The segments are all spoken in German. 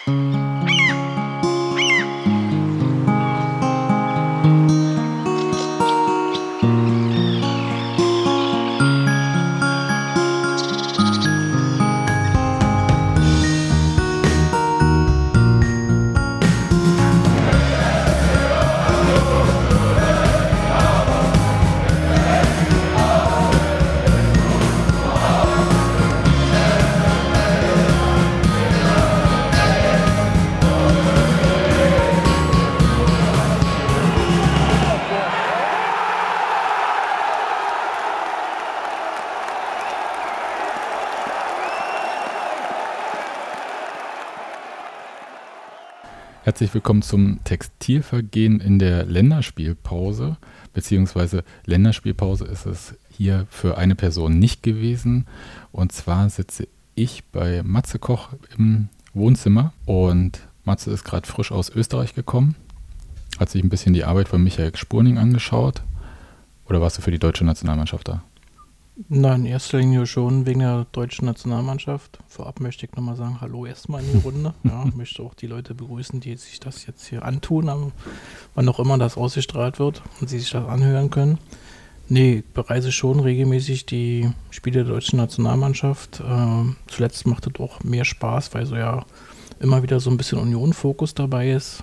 Herzlich willkommen zum Textilvergehen in der Länderspielpause, beziehungsweise Länderspielpause ist es hier für eine Person nicht gewesen. Und zwar sitze ich bei Matze Koch im Wohnzimmer und Matze ist gerade frisch aus Österreich gekommen, hat sich ein bisschen die Arbeit von Michael Spurning angeschaut. Oder warst du für die deutsche Nationalmannschaft da? Nein, in erster Linie schon wegen der deutschen Nationalmannschaft. Vorab möchte ich nochmal sagen, hallo erstmal in die Runde. Ja, möchte auch die Leute begrüßen, die sich das jetzt hier antun, wann auch immer das ausgestrahlt wird und sie sich das anhören können. Nee, ich bereise schon regelmäßig die Spiele der deutschen Nationalmannschaft. Zuletzt macht es auch mehr Spaß, weil so ja immer wieder so ein bisschen Union-Fokus dabei ist.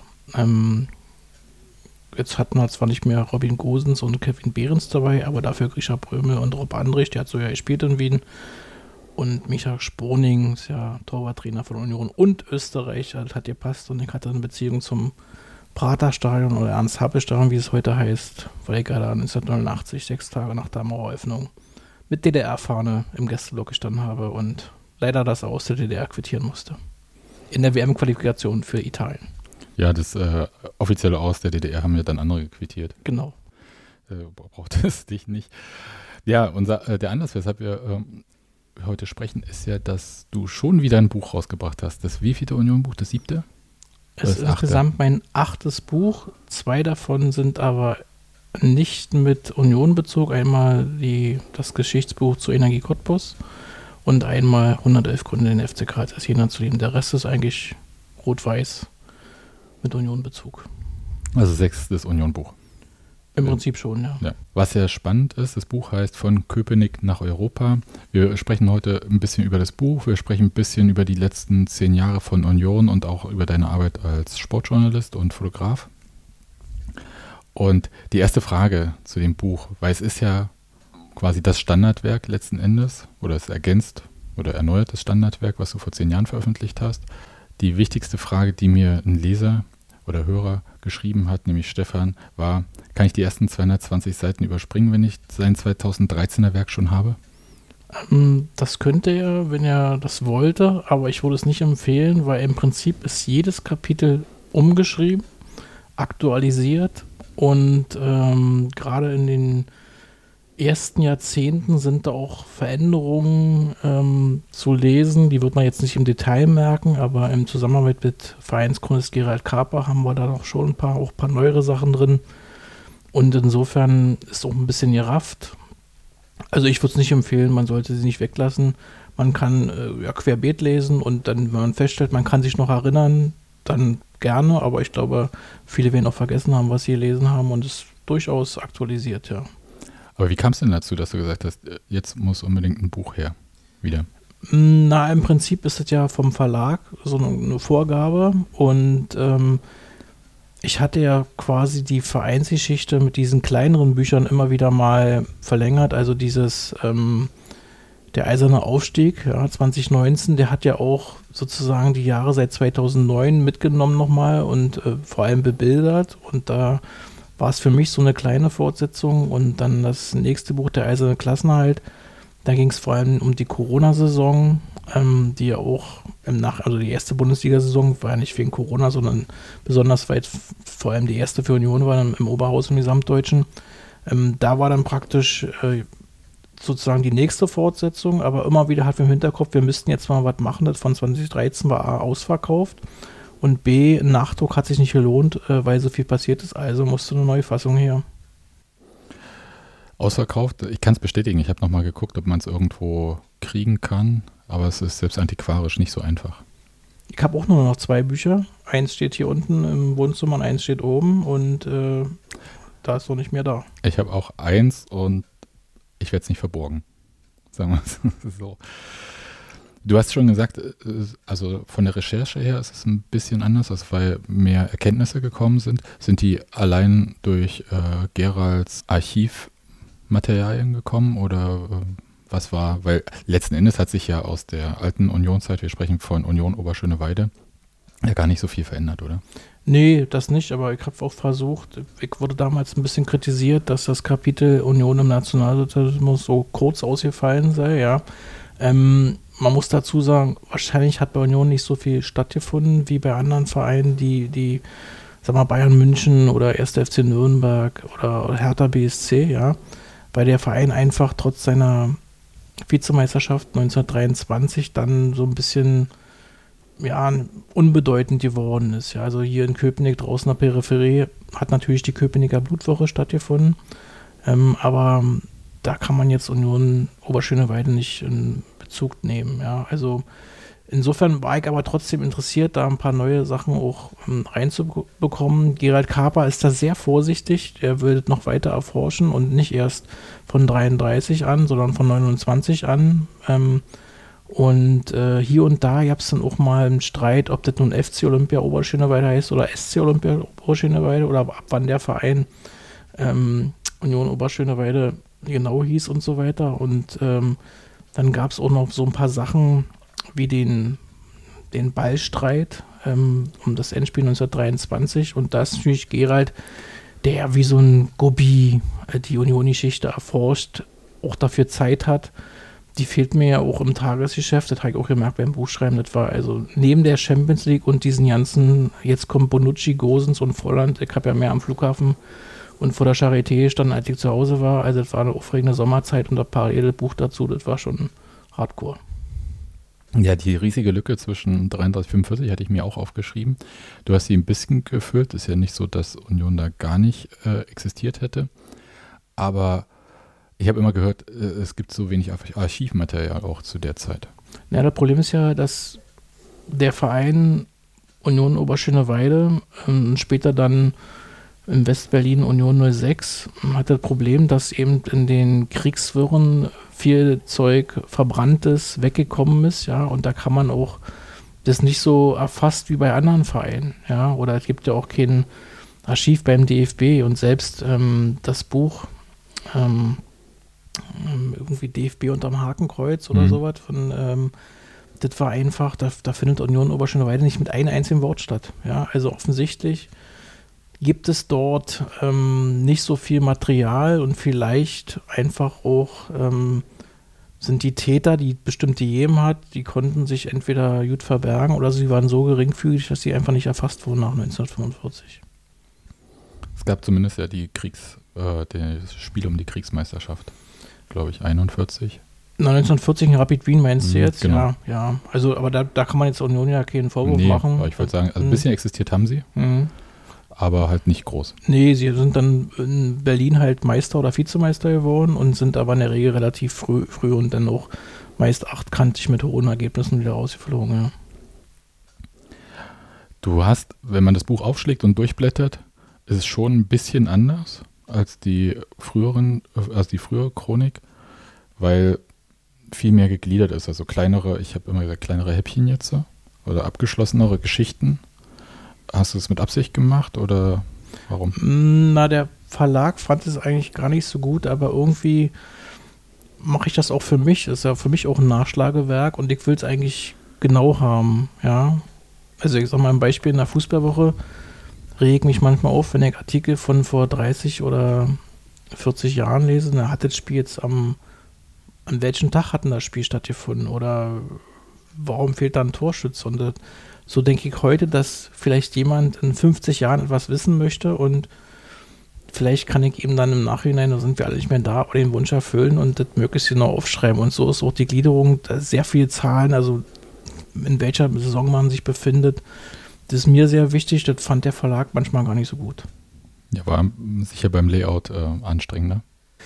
Jetzt hatten wir zwar nicht mehr Robin Gosens und Kevin Behrens dabei, aber dafür Grisha Prömel und Rob Andrich, der hat so ja gespielt in Wien. Und Michael Spurning ist ja Torwarttrainer von Union und Österreich, das hat gepasst. Und ich hatte eine Beziehung zum Praterstadion oder Ernst-Happel-Stadion, wie es heute heißt, weil ich gerade 1989, 6 Tage nach der Maueröffnung, mit DDR-Fahne im Gästelok gestanden habe und leider das aus der DDR quittieren musste. In der WM-Qualifikation für Italien. Ja, das offizielle Aus der DDR haben ja dann andere quittiert. Genau. Braucht es dich nicht. Ja, der Anlass, weshalb wir heute sprechen, ist ja, dass du schon wieder ein Buch rausgebracht hast. Das wievielte Union-Buch? Das 7.? Es ist insgesamt mein 8. Buch. 2 davon sind aber nicht mit Union-Bezug. Einmal das Geschichtsbuch zu Energie Cottbus und einmal 111 Gründe, den FC Karl Zeiss Jena zu lieben. Der Rest ist eigentlich rot-weiß mit Union-Bezug. Also 6. Union-Buch. Im Prinzip schon, ja. Was ja spannend ist, das Buch heißt Von Köpenick nach Europa. Wir sprechen heute ein bisschen über das Buch, wir sprechen ein bisschen über die letzten 10 Jahre von Union und auch über deine Arbeit als Sportjournalist und Fotograf. Und die erste Frage zu dem Buch, weil es ist ja quasi das Standardwerk letzten Endes, oder es ergänzt oder erneuert das Standardwerk, was du vor 10 Jahren veröffentlicht hast. Die wichtigste Frage, die mir ein Leser oder Hörer geschrieben hat, nämlich Stefan, war, kann ich die ersten 220 Seiten überspringen, wenn ich sein 2013er Werk schon habe? Das könnte er, wenn er das wollte, aber ich würde es nicht empfehlen, weil im Prinzip ist jedes Kapitel umgeschrieben, aktualisiert und gerade in den ersten Jahrzehnten sind da auch Veränderungen zu lesen. Die wird man jetzt nicht im Detail merken, aber im Zusammenarbeit mit Vereinschronist Gerald Kaper haben wir da noch schon ein paar neuere Sachen drin. Und insofern ist auch ein bisschen gerafft. Also ich würde es nicht empfehlen, man sollte sie nicht weglassen. Man kann querbeet lesen und dann, wenn man feststellt, man kann sich noch erinnern, dann gerne. Aber ich glaube, viele werden auch vergessen haben, was sie gelesen haben und es durchaus aktualisiert, ja. Aber wie kam es denn dazu, dass du gesagt hast, jetzt muss unbedingt ein Buch her, wieder? Na, im Prinzip ist es ja vom Verlag so eine Vorgabe und ich hatte ja quasi die Vereinsgeschichte mit diesen kleineren Büchern immer wieder mal verlängert, also dieses der eiserne Aufstieg, ja, 2019, der hat ja auch sozusagen die Jahre seit 2009 mitgenommen nochmal und vor allem bebildert und da war es für mich so eine kleine Fortsetzung und dann das nächste Buch, der eiserne Klassenerhalt, da ging es vor allem um die Corona-Saison, die ja auch also die erste Bundesliga-Saison war ja nicht wegen Corona, sondern besonders weit vor allem die erste für Union war im Oberhaus im Gesamtdeutschen. Da war dann praktisch sozusagen die nächste Fortsetzung, aber immer wieder hatten wir im Hinterkopf, wir müssten jetzt mal was machen, das von 2013 war A, ausverkauft. Und B, ein Nachdruck hat sich nicht gelohnt, weil so viel passiert ist, also musste eine neue Fassung her. Ausverkauft, ich kann es bestätigen, ich habe nochmal geguckt, ob man es irgendwo kriegen kann, aber es ist selbst antiquarisch nicht so einfach. Ich habe auch nur noch 2 Bücher. Eins steht hier unten im Wohnzimmer und eins steht oben und da ist noch nicht mehr da. Ich habe auch eins und ich werde es nicht verborgen. Sagen wir es so. Du hast schon gesagt, also von der Recherche her ist es ein bisschen anders, also weil mehr Erkenntnisse gekommen sind. Sind die allein durch Geralds Archivmaterialien gekommen oder was war? Weil letzten Endes hat sich ja aus der alten Unionszeit, wir sprechen von Union Oberschöneweide, ja gar nicht so viel verändert, oder? Nee, das nicht, aber ich habe auch versucht, ich wurde damals ein bisschen kritisiert, dass das Kapitel Union im Nationalsozialismus so kurz ausgefallen sei, ja. Man muss dazu sagen, wahrscheinlich hat bei Union nicht so viel stattgefunden wie bei anderen Vereinen, die sag mal, Bayern München oder 1. FC Nürnberg oder Hertha BSC, ja, weil der Verein einfach trotz seiner Vizemeisterschaft 1923 dann so ein bisschen, ja, unbedeutend geworden ist, ja, also hier in Köpenick draußen in der Peripherie hat natürlich die Köpenicker Blutwoche stattgefunden, aber da kann man jetzt Union Oberschöneweide nicht in Bezug nehmen, ja, also insofern war ich aber trotzdem interessiert, da ein paar neue Sachen auch reinzubekommen. Gerald Kaper ist da sehr vorsichtig, er will noch weiter erforschen und nicht erst von 33 an, sondern von 29 an, und hier und da gab es dann auch mal einen Streit, ob das nun FC Olympia Oberschöneweide heißt oder SC Olympia Oberschöneweide oder ab wann der Verein Union Oberschöneweide genau hieß und so weiter. Und dann gab es auch noch so ein paar Sachen wie den Ballstreit um das Endspiel 1923. Und da ist natürlich Gerald, der wie so ein Gobi die Union-Geschichte erforscht, auch dafür Zeit hat. Die fehlt mir ja auch im Tagesgeschäft, das habe ich auch gemerkt beim Buchschreiben, das war also neben der Champions League und diesen ganzen, jetzt kommt Bonucci, Gosens und Volland, ich habe ja mehr am Flughafen und vor der Charité gestanden, als ich zu Hause war, also das war eine aufregende Sommerzeit und das parallele Buch dazu, das war schon hardcore. Ja, die riesige Lücke zwischen 33 und 45 hatte ich mir auch aufgeschrieben. Du hast sie ein bisschen gefüllt, ist ja nicht so, dass Union da gar nicht existiert hätte, aber ich habe immer gehört, es gibt so wenig Archivmaterial auch zu der Zeit. Ja, das Problem ist ja, dass der Verein Union Oberschöneweide später dann in Westberlin Union 06 hat das Problem, dass eben in den Kriegswirren viel Zeug Verbranntes weggekommen ist, ja, und da kann man auch das nicht so erfasst wie bei anderen Vereinen, ja, oder es gibt ja auch kein Archiv beim DFB und selbst das Buch irgendwie DFB unterm Hakenkreuz oder sowas von, das war einfach, da findet Union Oberschöneweide nicht mit einem einzigen Wort statt, ja, also offensichtlich gibt es dort nicht so viel Material und vielleicht einfach auch sind die Täter, die bestimmt die gegeben hat, die konnten sich entweder gut verbergen oder sie waren so geringfügig, dass sie einfach nicht erfasst wurden nach 1945. Es gab zumindest ja das Spiel um die Kriegsmeisterschaft, glaube ich, 41. 1940 in Rapid Wien meinst du jetzt? Genau. Ja. Also, aber da kann man jetzt Union ja keinen Vorwurf machen. Aber ich würde sagen, also ein bisschen existiert haben sie, aber halt nicht groß. Nee, sie sind dann in Berlin halt Meister oder Vizemeister geworden und sind aber in der Regel relativ früh und dann auch meist achtkantig mit hohen Ergebnissen wieder rausgeflogen, ja. Du hast, wenn man das Buch aufschlägt und durchblättert, ist es schon ein bisschen anders als die frühere Chronik, weil viel mehr gegliedert ist, also kleinere, ich habe immer gesagt, kleinere Häppchen jetzt oder abgeschlossenere Geschichten. Hast du es mit Absicht gemacht oder warum? Na, der Verlag fand es eigentlich gar nicht so gut, aber irgendwie mache ich das auch für mich. Das ist ja für mich auch ein Nachschlagewerk und ich will es eigentlich genau haben, ja. Also ich sag mal ein Beispiel in der Fußballwoche rege ich mich manchmal auf, wenn ich Artikel von vor 30 oder 40 Jahren lese, dann hat das Spiel jetzt an welchem Tag hat denn das Spiel stattgefunden oder warum fehlt da ein Torschütze? Und so denke ich heute, dass vielleicht jemand in 50 Jahren etwas wissen möchte und vielleicht kann ich ihm dann im Nachhinein, da sind wir alle nicht mehr da, den Wunsch erfüllen und das möglichst genau aufschreiben. Und so ist auch die Gliederung, da sehr viele Zahlen, also in welcher Saison man sich befindet. Das ist mir sehr wichtig, das fand der Verlag manchmal gar nicht so gut. Ja, war sicher beim Layout anstrengender.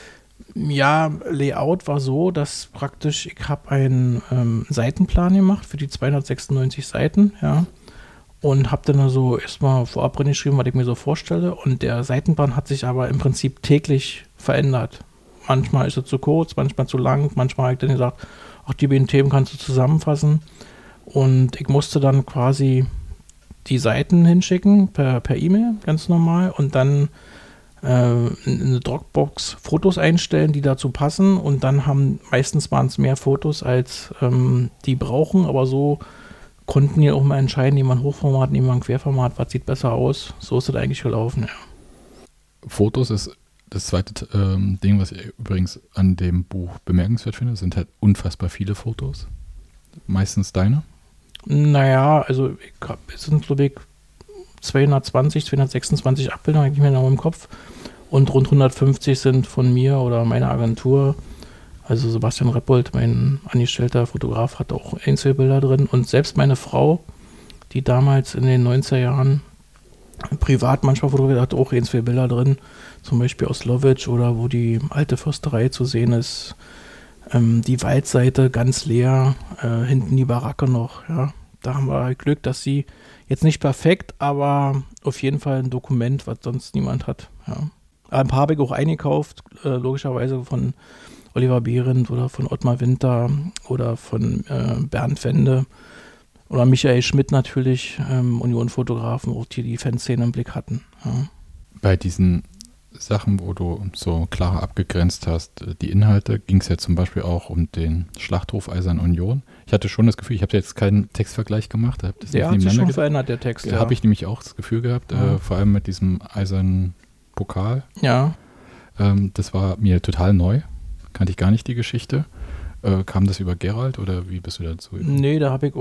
Ja, Layout war so, dass praktisch, ich habe einen Seitenplan gemacht für die 296 Seiten, ja, und habe dann also erstmal vorab drin geschrieben, was ich mir so vorstelle, und der Seitenplan hat sich aber im Prinzip täglich verändert. Manchmal ist er zu kurz, manchmal zu lang, manchmal habe ich dann gesagt, ach, die beiden Themen kannst du zusammenfassen, und ich musste dann quasi die Seiten hinschicken per E-Mail, ganz normal, und dann in eine Dropbox Fotos einstellen, die dazu passen, und dann meistens waren es mehr Fotos, als die brauchen, aber so konnten die auch mal entscheiden, nehmen wir ein Hochformat, nehmen wir ein Querformat, was sieht besser aus. So ist das eigentlich gelaufen, ja. Fotos ist das zweite Ding, was ich übrigens an dem Buch bemerkenswert finde, sind halt unfassbar viele Fotos. Meistens deine? Naja, also es sind, glaube ich, 220, 226 Abbildungen, eigentlich mehr noch im Kopf. Und rund 150 sind von mir oder meiner Agentur. Also Sebastian Reppold, mein angestellter Fotograf, hat auch Einzelbilder drin. Und selbst meine Frau, die damals in den 90er Jahren privat manchmal fotografiert hat, auch Einzelbilder drin. Zum Beispiel aus Lovitch oder wo die alte Försterei zu sehen ist. Die Waldseite ganz leer, hinten die Baracke noch, ja. Da haben wir Glück, dass sie jetzt nicht perfekt, aber auf jeden Fall ein Dokument, was sonst niemand hat, ja. Ein paar habe ich auch eingekauft, logischerweise von Oliver Behrendt oder von Ottmar Winter oder von Bernd Wende oder Michael Schmidt natürlich, Union-Fotografen, auch die Fanszene im Blick hatten, ja. Bei diesen Sachen, wo du so klar abgegrenzt hast, die Inhalte, ging es ja zum Beispiel auch um den Schlachthof Eisern Union. Ich hatte schon das Gefühl, ich habe jetzt keinen Textvergleich gemacht. Der hat sich schon verändert, der Text. Ja. Habe ich nämlich auch das Gefühl gehabt, vor allem mit diesem eisernen Pokal. Ja. Das war mir total neu. Kannte ich gar nicht die Geschichte. Kam das über Gerald oder wie bist du dazu gekommen? Nee, da habe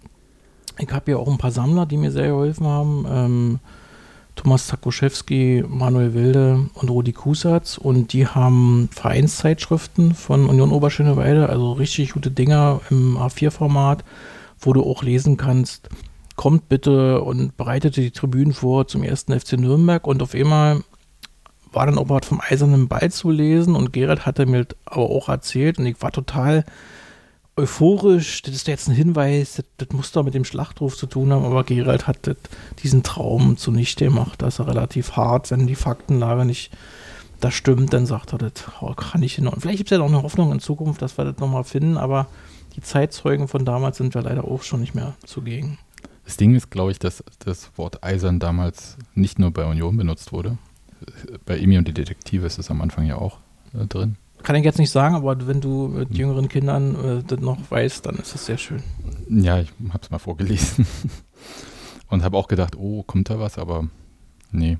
ich habe ja auch ein paar Sammler, die mir sehr geholfen haben. Thomas Zakuschewski, Manuel Wilde und Rudi Kusatz, und die haben Vereinszeitschriften von Union Oberschöneweide, also richtig gute Dinger im A4-Format, wo du auch lesen kannst, kommt bitte und bereitet die Tribünen vor zum ersten FC Nürnberg, und auf einmal war dann auch was vom Eisernen Ball zu lesen, und Gerald hatte mir aber auch erzählt, und ich war total euphorisch, das ist jetzt ein Hinweis, das muss doch mit dem Schlachthof zu tun haben, aber Gerald hat diesen Traum zunichte gemacht. Das ist relativ hart, wenn die Faktenlage nicht da stimmt, dann sagt er, das kann ich hin. Und vielleicht gibt es ja noch eine Hoffnung in Zukunft, dass wir das nochmal finden, aber die Zeitzeugen von damals sind wir leider auch schon nicht mehr zugegen. Das Ding ist, glaube ich, dass das Wort Eisern damals nicht nur bei Union benutzt wurde. Bei Emmy und die Detektive ist es am Anfang ja auch drin. Kann ich jetzt nicht sagen, aber wenn du mit jüngeren Kindern das noch weißt, dann ist es sehr schön. Ja, ich habe es mal vorgelesen und habe auch gedacht, oh, kommt da was, aber nee.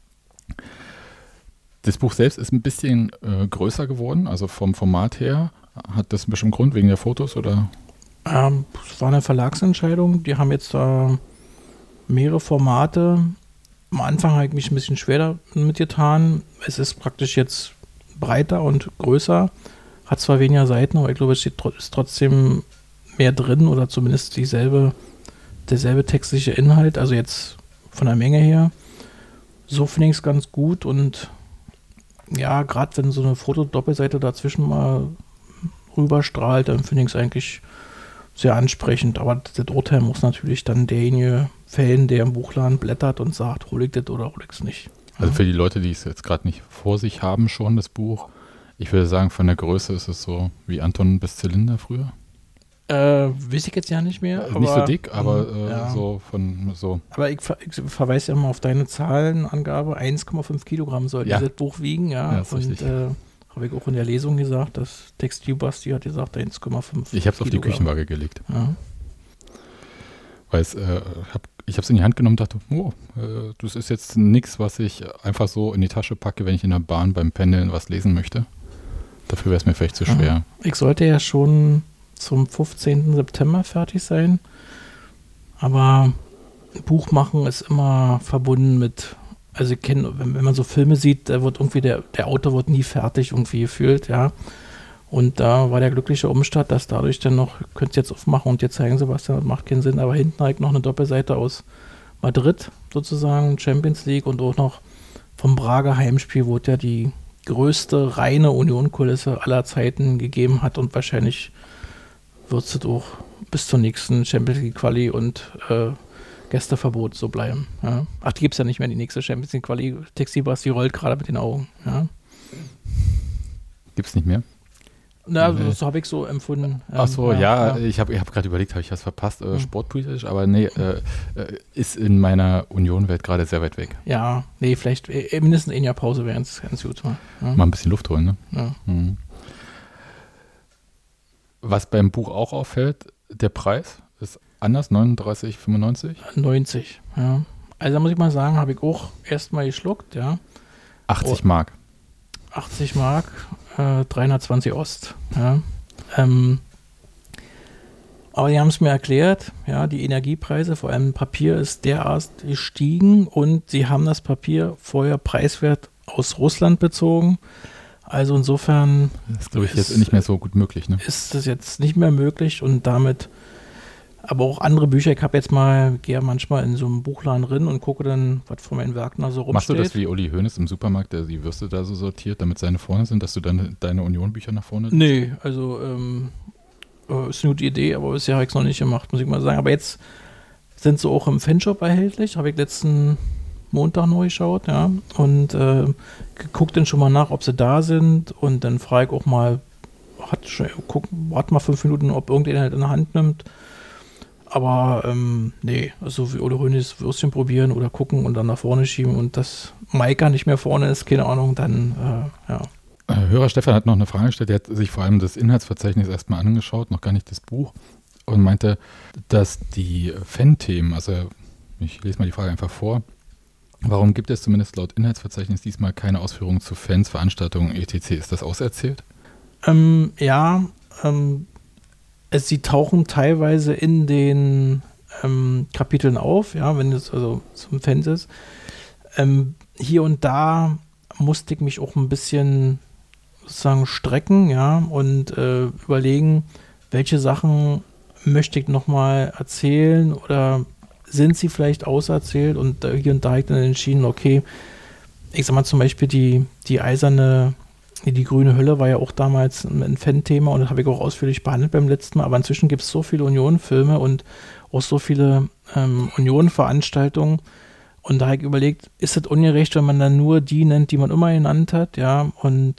Das Buch selbst ist ein bisschen größer geworden, also vom Format her. Hat das einen bestimmten Grund, wegen der Fotos oder? Es war eine Verlagsentscheidung. Die haben jetzt mehrere Formate. Am Anfang habe ich mich ein bisschen schwer damit getan. Es ist praktisch jetzt breiter und größer, hat zwar weniger Seiten, aber ich glaube, es ist trotzdem mehr drin oder zumindest derselbe textliche Inhalt, also jetzt von der Menge her. So finde ich es ganz gut, und ja, gerade wenn so eine Fotodoppelseite dazwischen mal rüberstrahlt, dann finde ich es eigentlich sehr ansprechend, aber das Urteil muss natürlich dann derjenige fällen, der im Buchladen blättert und sagt, hol ich das oder hol ich es nicht. Also für die Leute, die es jetzt gerade nicht vor sich haben, schon das Buch, ich würde sagen, von der Größe ist es so wie Anton bis Zylinder früher. Weiß ich jetzt ja nicht mehr. Nicht so dick, aber so von so. Aber ich verweise ja mal auf deine Zahlenangabe, 1,5 Kilogramm soll dieses Buch wiegen, ja. Und habe ich auch in der Lesung gesagt, das Textilbasti hat gesagt 1,5 Ich habe es auf die Küchenwaage gelegt. Ja. Weil ich habe es in die Hand genommen und dachte, das ist jetzt nichts, was ich einfach so in die Tasche packe, wenn ich in der Bahn beim Pendeln was lesen möchte. Dafür wäre es mir vielleicht zu schwer. Ich sollte ja schon zum 15. September fertig sein, aber Buch machen ist immer verbunden mit, also ich kenne, wenn man so Filme sieht, da wird irgendwie der Autor wird nie fertig irgendwie gefühlt, ja. Und da war der glückliche Umstand, dass dadurch dann noch, könnt ihr jetzt aufmachen und dir zeigen, Sebastian, das macht keinen Sinn, aber hinten halt noch eine Doppelseite aus Madrid sozusagen, Champions League, und auch noch vom Braga Heimspiel wurde ja die größte reine Union-Kulisse aller Zeiten gegeben hat und wahrscheinlich wird es auch bis zur nächsten Champions League Quali und Gästeverbot so bleiben. Ja. Ach, die gibt es ja nicht mehr, die nächste Champions League Quali. Textilbras, die rollt gerade mit den Augen. Ja. Gibt es nicht mehr? Na, so habe ich so empfunden. Ach so, ja. Ich habe gerade überlegt, habe ich was verpasst, sportpolitisch, aber nee, ist in meiner Union-Welt gerade sehr weit weg. Ja, nee, vielleicht mindestens ein Jahr Pause wäre ganz gut. Ja. Mal ein bisschen Luft holen, ne? Ja. Mhm. Was beim Buch auch auffällt, der Preis ist anders, 39,95? 90, ja. Also da muss ich mal sagen, habe ich auch erstmal geschluckt, ja. 80 Mark. 80 Mark, 320 Ost, ja. Aber die haben es mir erklärt, ja, die Energiepreise, vor allem Papier ist derart gestiegen und sie haben das Papier vorher preiswert aus Russland bezogen. Also insofern das ist, glaube ich, jetzt nicht mehr so gut möglich, ne? Ist das jetzt nicht mehr möglich und damit aber auch andere Bücher. Ich habe jetzt gehe manchmal in so einem Buchladen drin und gucke dann, was von meinen Werken da so rumsteht. Machst du das wie Uli Hoeneß im Supermarkt, der die Würste da so sortiert, damit seine vorne sind, dass du dann deine Union-Bücher nach vorne nimmst? Nee, also ist eine gute Idee, aber bisher habe ich es noch nicht gemacht, muss ich mal sagen. Aber jetzt sind sie auch im Fanshop erhältlich, habe ich letzten Montag neu geschaut, ja, und geguckt dann schon mal nach, ob sie da sind und dann frage ich auch mal, warte mal 5 Minuten, ob irgendjemand in der Hand nimmt. Aber nee, also wie Uli Hoeneß Würstchen probieren oder gucken und dann nach vorne schieben und das Maika nicht mehr vorne ist, keine Ahnung, dann ja. Hörer Stefan hat noch eine Frage gestellt, der hat sich vor allem das Inhaltsverzeichnis erstmal angeschaut, noch gar nicht das Buch und meinte, dass die Fan-Themen, also ich lese mal die Frage einfach vor, warum gibt es zumindest laut Inhaltsverzeichnis diesmal keine Ausführungen zu Fans, Veranstaltungen, etc.? Ist das auserzählt? Ja, sie tauchen teilweise in den Kapiteln auf, ja, wenn es also zum Fans ist. Hier und da musste ich mich auch ein bisschen sozusagen strecken, ja, und überlegen, welche Sachen möchte ich nochmal erzählen oder sind sie vielleicht auserzählt und hier und da habe ich dann entschieden, okay, ich sag mal zum Beispiel die eiserne, die grüne Hölle war ja auch damals ein Fan-Thema und das habe ich auch ausführlich behandelt beim letzten Mal, aber inzwischen gibt es so viele Union-Filme und auch so viele Union-Veranstaltungen und da habe ich überlegt, ist es ungerecht, wenn man dann nur die nennt, die man immer genannt hat, ja, und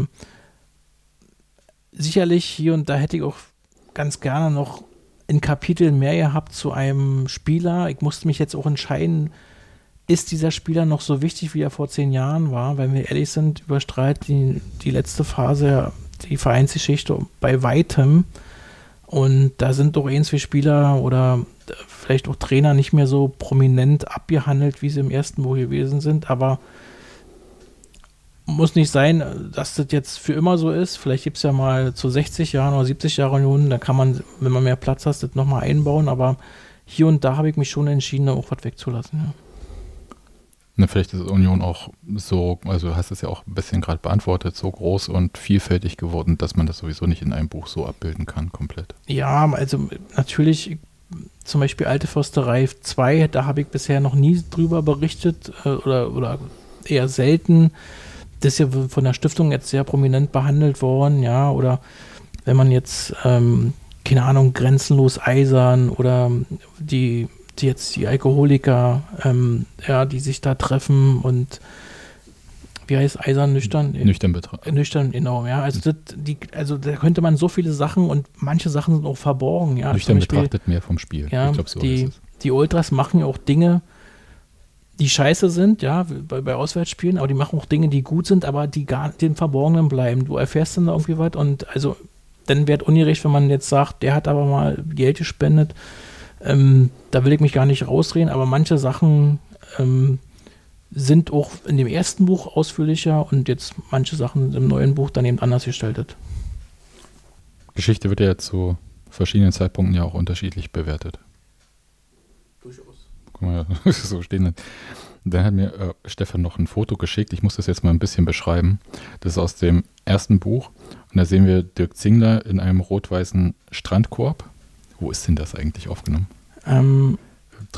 sicherlich hier und da hätte ich auch ganz gerne noch ein Kapitel mehr gehabt zu einem Spieler. Ich musste mich jetzt auch entscheiden, ist dieser Spieler noch so wichtig, wie er vor 10 Jahren war? Wenn wir ehrlich sind, überstrahlt die letzte Phase die Vereinsgeschichte bei weitem. Und da sind doch wie Spieler oder vielleicht auch Trainer nicht mehr so prominent abgehandelt, wie sie im ersten Buch gewesen sind. Aber muss nicht sein, dass das jetzt für immer so ist. Vielleicht gibt es ja mal zu 60 Jahren oder 70 Jahren Union, da kann man, wenn man mehr Platz hat, das nochmal einbauen. Aber hier und da habe ich mich schon entschieden, da auch was wegzulassen. Ja. Ne, vielleicht ist Union auch so, also du hast es ja auch ein bisschen gerade beantwortet, so groß und vielfältig geworden, dass man das sowieso nicht in einem Buch so abbilden kann, komplett. Ja, also natürlich zum Beispiel Alte Försterei 2, da habe ich bisher noch nie drüber berichtet oder eher selten. Das ist ja von der Stiftung jetzt sehr prominent behandelt worden, ja, oder wenn man jetzt, keine Ahnung, Grenzenlos Eisern oder die Alkoholiker, ja, die sich da treffen und wie heißt Eisern, nüchtern? Nüchtern betrachtet. Nüchtern, genau, ja. Also da könnte man so viele Sachen und manche Sachen sind auch verborgen, ja. Nüchtern betrachtet mehr vom Spiel. Ja, ich glaube, so die, ist es. Die Ultras machen ja auch Dinge, die scheiße sind, ja, bei Auswärtsspielen, aber die machen auch Dinge, die gut sind, aber die gar den Verborgenen bleiben. Du erfährst dann da irgendwie was und also dann wäre es ungerecht, wenn man jetzt sagt, der hat aber mal Geld gespendet. Da will ich mich gar nicht rausreden, aber manche Sachen sind auch in dem ersten Buch ausführlicher und jetzt manche Sachen im neuen Buch dann eben anders gestaltet. Geschichte wird ja zu verschiedenen Zeitpunkten ja auch unterschiedlich bewertet. Durchaus. Guck mal, so stehen. Dann hat mir Stefan noch ein Foto geschickt. Ich muss das jetzt mal ein bisschen beschreiben. Das ist aus dem ersten Buch. Und da sehen wir Dirk Zingler in einem rot-weißen Strandkorb. Wo ist denn das eigentlich aufgenommen?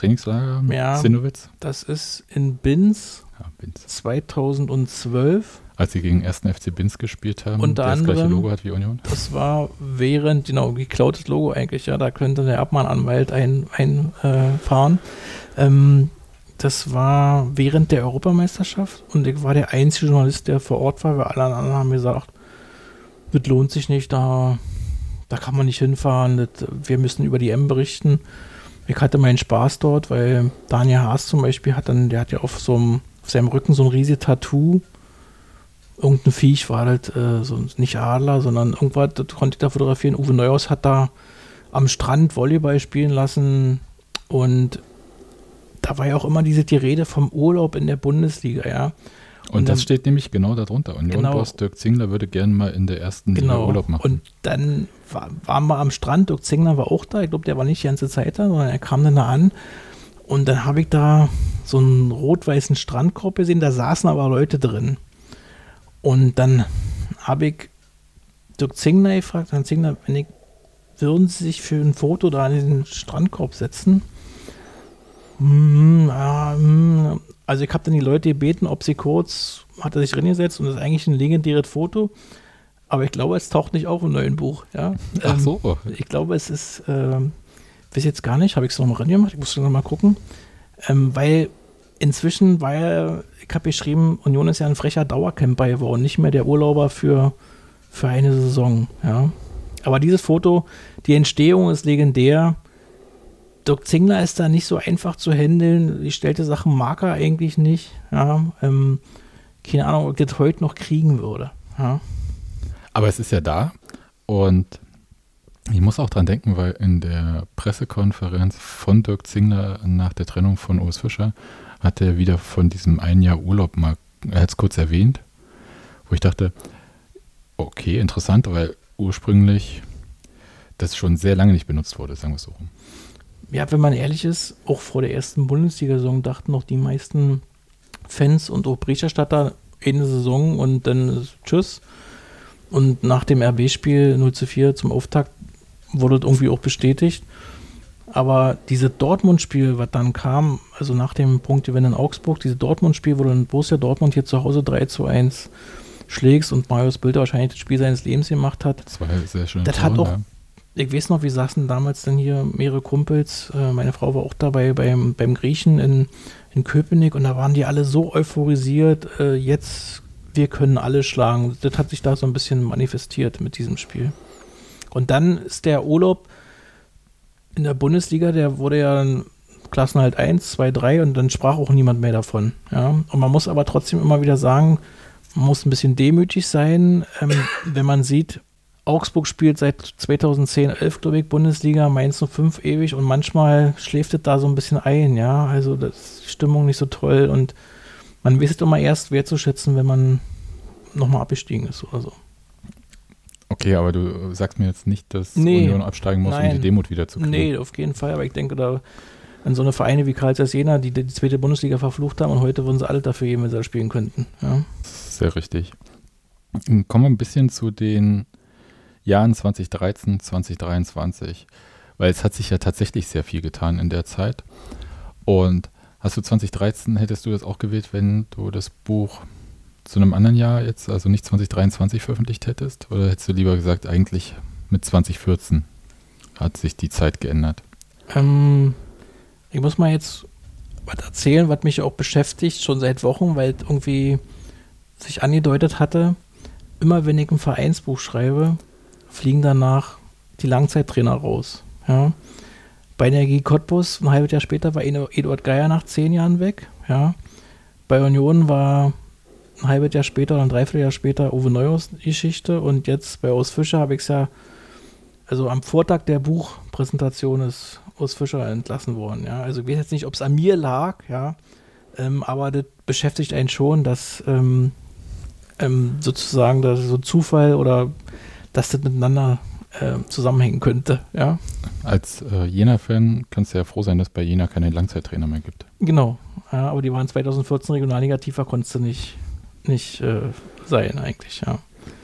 Trainingslager mit ja, Zinnowitz? Das ist in Binz, Ja, Binz. 2012. Als sie gegen 1. FC Binz gespielt haben, Unter der das gleiche anderem, Logo hat wie Union. Das war genau, geklautes Logo eigentlich, ja, da könnte der Abmahnanwalt einfahren. Das war während der Europameisterschaft und ich war der einzige Journalist, der vor Ort war, weil alle anderen haben gesagt, das lohnt sich nicht, da kann man nicht hinfahren, wir müssen über die M berichten. Ich hatte meinen Spaß dort, weil Daniel Haas zum Beispiel der hat ja auf seinem Rücken so ein riesiges Tattoo. Irgendein Viech war halt so nicht Adler, sondern irgendwas, das konnte ich da fotografieren. Uwe Neuhaus hat da am Strand Volleyball spielen lassen und da war ja auch immer die Rede vom Urlaub in der Bundesliga, ja. Und das steht nämlich genau darunter. Union-Boss Dirk Zingler würde gerne mal in der ersten Liga Urlaub machen. Und dann waren wir am Strand, Dirk Zingler war auch da, ich glaube, der war nicht die ganze Zeit da, sondern er kam dann da an und dann habe ich da so einen rot-weißen Strandkorb gesehen, da saßen aber Leute drin. Und dann habe ich Dirk Zingler gefragt, Herrn Zingler, würden Sie sich für ein Foto da an diesen Strandkorb setzen? Also ich habe dann die Leute gebeten, ob sie hat er sich reingesetzt und das ist eigentlich ein legendäres Foto, aber ich glaube, es taucht nicht auf im neuen Buch. Ja? Ach so. Ich glaube, es ist, weiß jetzt gar nicht, habe ich es noch mal reingemacht, ich musste noch mal gucken, weil inzwischen ich habe geschrieben, Union ist ja ein frecher Dauercamper geworden, nicht mehr der Urlauber für eine Saison. Ja? Aber dieses Foto, die Entstehung ist legendär. Dirk Zingler ist da nicht so einfach zu handeln. Die stellte Sachen mag er eigentlich nicht. Ja, keine Ahnung, ob ich das heute noch kriegen würde. Ja. Aber es ist ja da und ich muss auch dran denken, weil in der Pressekonferenz von Dirk Zingler nach der Trennung von Urs Fischer hat er wieder von diesem ein Jahr Urlaub er hat es kurz erwähnt, wo ich dachte, okay, interessant, weil ursprünglich das schon sehr lange nicht benutzt wurde, sagen wir es so rum. Ja, wenn man ehrlich ist, auch vor der ersten Bundesliga-Saison dachten noch die meisten Fans und auch Berichterstatter eine Saison und dann tschüss. Und nach dem RB-Spiel 0:4 zum Auftakt wurde das irgendwie auch bestätigt. Aber dieses Dortmund-Spiel, was dann kam, also nach dem Punktgewinn in Augsburg, dieses Dortmund-Spiel, wo dann Borussia Dortmund hier zu Hause 3:1 schlägst und Marius Bilder wahrscheinlich das Spiel seines Lebens gemacht hat. Das war sehr schön. Das hat auch, ich weiß noch, wir saßen damals dann hier mehrere Kumpels, meine Frau war auch dabei beim Griechen in Köpenick und da waren die alle so euphorisiert, jetzt, wir können alle schlagen. Das hat sich da so ein bisschen manifestiert mit diesem Spiel. Und dann ist der Urlaub in der Bundesliga, der wurde ja dann Klassenerhalt 1, 2, 3 und dann sprach auch niemand mehr davon. Ja? Und man muss aber trotzdem immer wieder sagen, man muss ein bisschen demütig sein, wenn man sieht, Augsburg spielt seit 2010, 11, glaube ich, Bundesliga, Mainz 05 ewig und manchmal schläft es da so ein bisschen ein, ja, also das ist die Stimmung nicht so toll und man weiß es immer erst wertzuschätzen, wenn man nochmal abgestiegen ist oder so. Okay, aber du sagst mir jetzt nicht, dass Union absteigen muss, um die Demut wieder zu kriegen. Nee, auf keinen Fall, aber ich denke da an so eine Vereine wie Karl Zeiss Jena, die die zweite Bundesliga verflucht haben und heute würden sie alle dafür geben, wenn sie da spielen könnten. Ja. Sehr richtig. Kommen wir ein bisschen zu den Jahren 2013, 2023, weil es hat sich ja tatsächlich sehr viel getan in der Zeit. Und hast du 2013, hättest du das auch gewählt, wenn du das Buch zu einem anderen Jahr jetzt, also nicht 2023 veröffentlicht hättest? Oder hättest du lieber gesagt, eigentlich mit 2014 hat sich die Zeit geändert? Ich muss mal jetzt was erzählen, was mich auch beschäftigt, schon seit Wochen, weil es irgendwie sich angedeutet hatte, immer wenn ich ein Vereinsbuch schreibe, fliegen danach die Langzeittrainer raus. Ja. Bei Energie Cottbus, ein halbes Jahr später, war Eduard Geier nach 10 Jahren weg. Ja. Bei Union war ein halbes Jahr später oder ein Dreivierteljahr später Uwe Neuhaus Geschichte und jetzt bei Urs Fischer habe ich es ja, also am Vortag der Buchpräsentation ist Urs Fischer entlassen worden. Ja. Also ich weiß jetzt nicht, ob es an mir lag, ja, aber das beschäftigt einen schon, dass sozusagen das so Zufall oder dass das miteinander zusammenhängen könnte, ja. Als Jena-Fan kannst du ja froh sein, dass bei Jena keine Langzeittrainer mehr gibt. Genau, ja, aber die waren 2014 Regionalliga, tiefer konntest du nicht sein eigentlich, ja.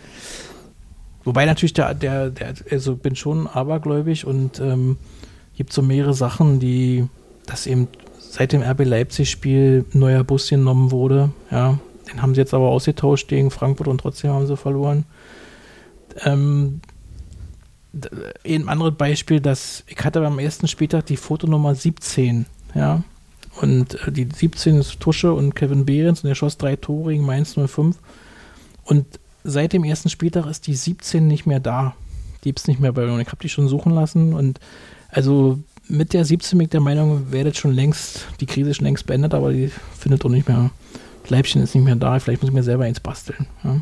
Wobei natürlich also bin schon abergläubig und gibt so mehrere Sachen, dass eben seit dem RB Leipzig-Spiel ein neuer Bus genommen wurde, ja. Den haben sie jetzt aber ausgetauscht gegen Frankfurt und trotzdem haben sie verloren. Ein anderes Beispiel, ich hatte beim ersten Spieltag die Fotonummer 17, ja, und die 17 ist Tusche und Kevin Behrens und der schoss 3 Tore gegen Mainz 05 und seit dem ersten Spieltag ist die 17 nicht mehr da. Die gibt es nicht mehr bei mir und ich habe die schon suchen lassen und also mit der 17 bin ich der Meinung, wäre das schon längst, die Krise schon längst beendet, aber die findet auch nicht mehr, Leibchen ist nicht mehr da, vielleicht muss ich mir selber eins basteln, ja.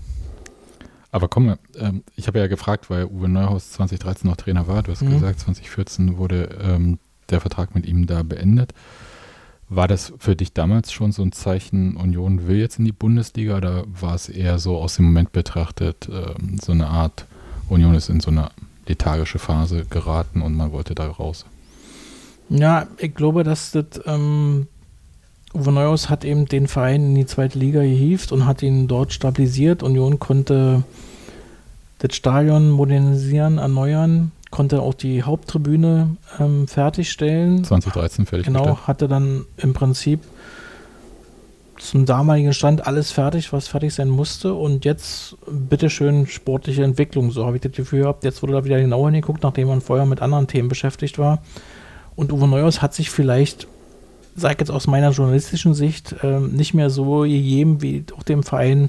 Aber komm, ich habe ja gefragt, weil Uwe Neuhaus 2013 noch Trainer war, du hast gesagt, 2014 wurde der Vertrag mit ihm da beendet. War das für dich damals schon so ein Zeichen, Union will jetzt in die Bundesliga oder war es eher so aus dem Moment betrachtet, so eine Art, Union ist in so eine lethargische Phase geraten und man wollte da raus? Ja, ich glaube, dass das Uwe Neuhaus hat eben den Verein in die zweite Liga gehievt und hat ihn dort stabilisiert. Union konnte das Stadion modernisieren, erneuern, konnte auch die Haupttribüne fertigstellen. 2013 fertig. Genau, bitte. hatte dann im Prinzip zum damaligen Stand alles fertig, was fertig sein musste. Und jetzt, bitteschön, sportliche Entwicklung. So habe ich das Gefühl gehabt. Jetzt wurde da wieder genauer hingeguckt, nachdem man vorher mit anderen Themen beschäftigt war. Und Uwe Neuhaus hat sich vielleicht, sage ich jetzt aus meiner journalistischen Sicht, nicht mehr so gegeben, wie auch dem Verein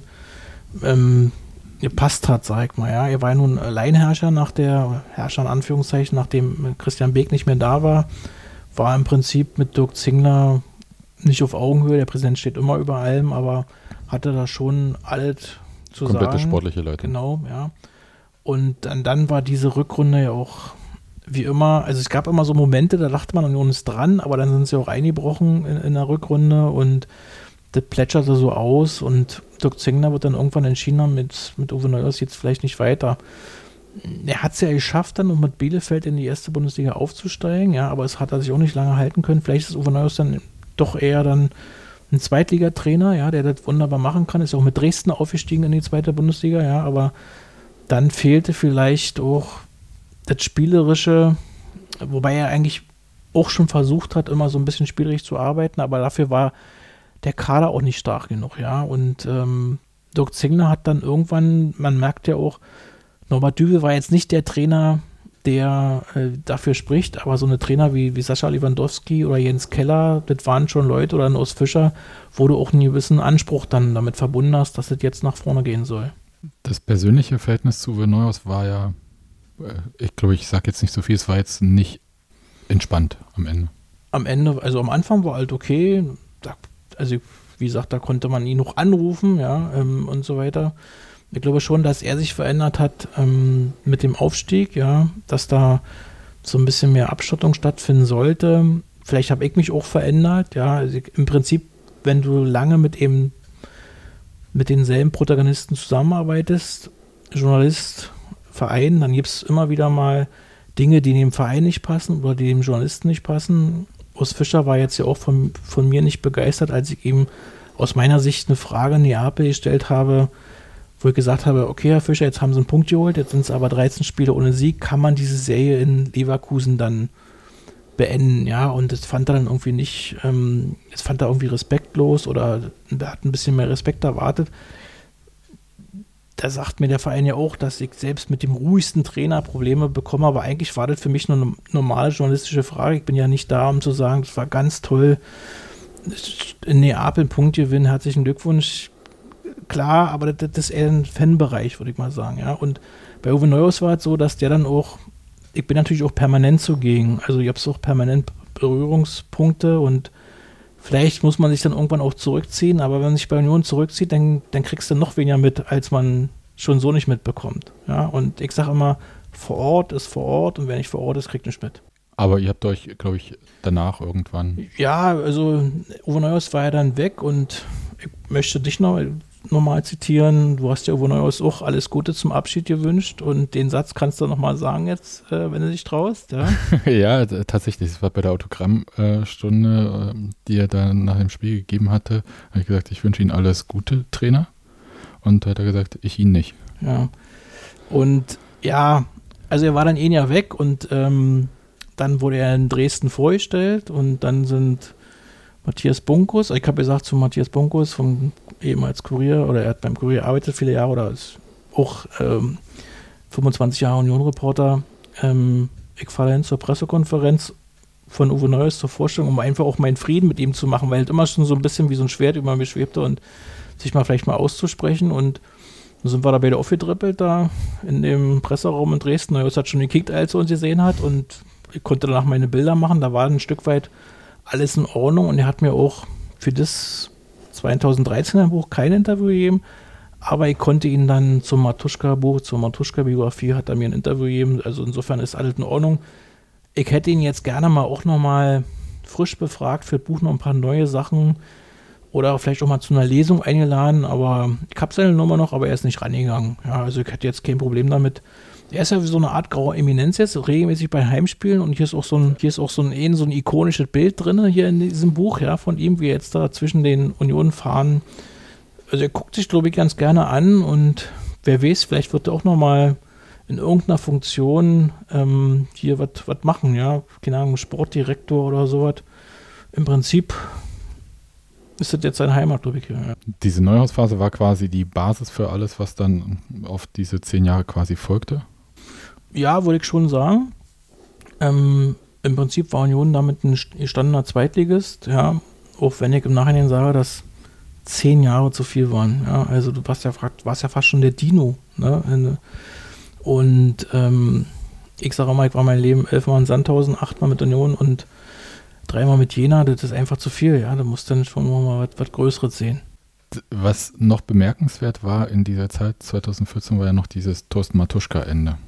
gepasst hat, sag ich mal. Ja. Er war ja nun Alleinherrscher Herrscher in Anführungszeichen, nachdem Christian Beek nicht mehr da war im Prinzip mit Dirk Zingler nicht auf Augenhöhe. Der Präsident steht immer über allem, aber hatte da schon alles zu Komplette sagen. sportliche Leitung. Genau, ja. Und dann war diese Rückrunde ja auch wie immer, also es gab immer so Momente, da dachte man, Union ist dran, aber dann sind sie auch eingebrochen in der Rückrunde und das plätscherte so aus und Dirk Zingler wird dann irgendwann entschieden, mit Uwe Neuhaus jetzt vielleicht nicht weiter. Er hat es ja geschafft, dann noch mit Bielefeld in die erste Bundesliga aufzusteigen, ja, aber es hat er sich auch nicht lange halten können. Vielleicht ist Uwe Neuhaus dann doch eher dann ein Zweitligatrainer, ja, der das wunderbar machen kann, ist auch mit Dresden aufgestiegen in die zweite Bundesliga, ja, aber dann fehlte vielleicht auch das Spielerische, wobei er eigentlich auch schon versucht hat, immer so ein bisschen spielerisch zu arbeiten, aber dafür war der Kader auch nicht stark genug, ja, und Dirk Zingler hat dann irgendwann, man merkt ja auch, Norbert Düvel war jetzt nicht der Trainer, der dafür spricht, aber so eine Trainer wie Sascha Lewandowski oder Jens Keller, das waren schon Leute, oder ein Urs Fischer, wo du auch einen gewissen Anspruch dann damit verbunden hast, dass das jetzt nach vorne gehen soll. Das persönliche Verhältnis zu Uwe Neuhaus war ja, ich glaube, ich sage jetzt nicht so viel, es war jetzt nicht entspannt am Ende. Am Ende, also am Anfang war halt okay, also wie gesagt, da konnte man ihn noch anrufen, ja, und so weiter. Ich glaube schon, dass er sich verändert hat mit dem Aufstieg, ja, dass da so ein bisschen mehr Abschottung stattfinden sollte. Vielleicht habe ich mich auch verändert, ja. Also im Prinzip, wenn du lange mit denselben Protagonisten zusammenarbeitest, Journalist, Verein, dann gibt es immer wieder mal Dinge, die dem Verein nicht passen oder die dem Journalisten nicht passen. Urs Fischer war jetzt ja auch von mir nicht begeistert, als ich ihm aus meiner Sicht eine Frage in Neapel gestellt habe, wo ich gesagt habe, okay, Herr Fischer, jetzt haben Sie einen Punkt geholt, jetzt sind es aber 13 Spiele ohne Sieg, kann man diese Serie in Leverkusen dann beenden, ja, und das fand er dann irgendwie nicht, das fand er irgendwie respektlos oder er hat ein bisschen mehr Respekt erwartet. Da sagt mir der Verein ja auch, dass ich selbst mit dem ruhigsten Trainer Probleme bekomme, aber eigentlich war das für mich nur eine normale journalistische Frage. Ich bin ja nicht da, um zu sagen, das war ganz toll, in Neapel einen Punkt gewinnen, herzlichen Glückwunsch. Klar, aber das ist eher ein Fanbereich, würde ich mal sagen, ja. Und bei Uwe Neuhaus war es so, dass der dann auch, ich bin natürlich auch permanent zugegen, also ich habe auch permanent Berührungspunkte und vielleicht muss man sich dann irgendwann auch zurückziehen, aber wenn man sich bei Union zurückzieht, dann kriegst du noch weniger mit, als man schon so nicht mitbekommt, ja. Und ich sage immer, vor Ort ist vor Ort und wer nicht vor Ort ist, kriegt nicht mit. Aber ihr habt euch, glaube ich, danach irgendwann... Ja, also Uwe Neuhaus war ja dann weg und ich möchte dich noch mal zitieren. Du hast ja Uwe Neuhaus auch alles Gute zum Abschied gewünscht und den Satz kannst du noch mal sagen jetzt, wenn du dich traust. Ja, ja, tatsächlich. Das war bei der Autogrammstunde, die er dann nach dem Spiel gegeben hatte. Habe ich gesagt, ich wünsche Ihnen alles Gute, Trainer. Und da hat er gesagt, ich Ihnen nicht. Ja, und ja, also er war dann ein Jahr weg und dann wurde er in Dresden vorgestellt und dann Matthias Bunkus. Ich habe gesagt zu Matthias Bunkus vom ehemals Kurier, oder er hat beim Kurier gearbeitet viele Jahre oder ist auch 25 Jahre Union-Reporter. Ich fahre hin zur Pressekonferenz von Uwe Neuhaus zur Vorstellung, um einfach auch meinen Frieden mit ihm zu machen, weil es immer schon so ein bisschen wie so ein Schwert über mir schwebte und sich mal vielleicht mal auszusprechen. Und dann sind wir da beide aufgedrippelt da in dem Presseraum in Dresden. Neuhaus hat schon gekickt, als er uns gesehen hat, und ich konnte danach meine Bilder machen. Da war ein Stück weit alles in Ordnung, und er hat mir auch für das 2013er Buch kein Interview gegeben, aber ich konnte ihn dann zum Matuschka-Buch, zur Matuschka-Biografie, hat er mir ein Interview gegeben. Also insofern ist alles in Ordnung. Ich hätte ihn jetzt gerne mal auch nochmal frisch befragt für das Buch, noch ein paar neue Sachen oder vielleicht auch mal zu einer Lesung eingeladen, aber ich habe seine Nummer noch, aber er ist nicht rangegangen. Ja, also ich hätte jetzt kein Problem damit. Er ist ja wie so eine Art graue Eminenz jetzt, regelmäßig bei Heimspielen, und hier ist auch so ein ikonisches Bild drin, hier in diesem Buch, ja, von ihm, wie er jetzt da zwischen den Unionen fahren. Also er guckt sich, glaube ich, ganz gerne an, und wer weiß, vielleicht wird er auch nochmal in irgendeiner Funktion hier was machen, ja, keine Ahnung, Sportdirektor oder sowas. Im Prinzip ist das jetzt sein Heimat, glaube ich. Ja. Diese Neuhausphase war quasi die Basis für alles, was dann auf diese 10 Jahre quasi folgte? Ja, würde ich schon sagen. Im Prinzip war Union damit ein gestandener Zweitligist, ja, auch wenn ich im Nachhinein sage, dass 10 Jahre zu viel waren. Ja, also du warst ja fast schon der Dino. Ne? Und ich sage mal, ich war mein Leben 11 Mal in Sandhausen, 8 Mal mit Union und 3 Mal mit Jena. Das ist einfach zu viel. Ja, da musst du dann schon mal was Größeres sehen. Was noch bemerkenswert war in dieser Zeit, 2014, war ja noch dieses Thorsten Matuschka-Ende.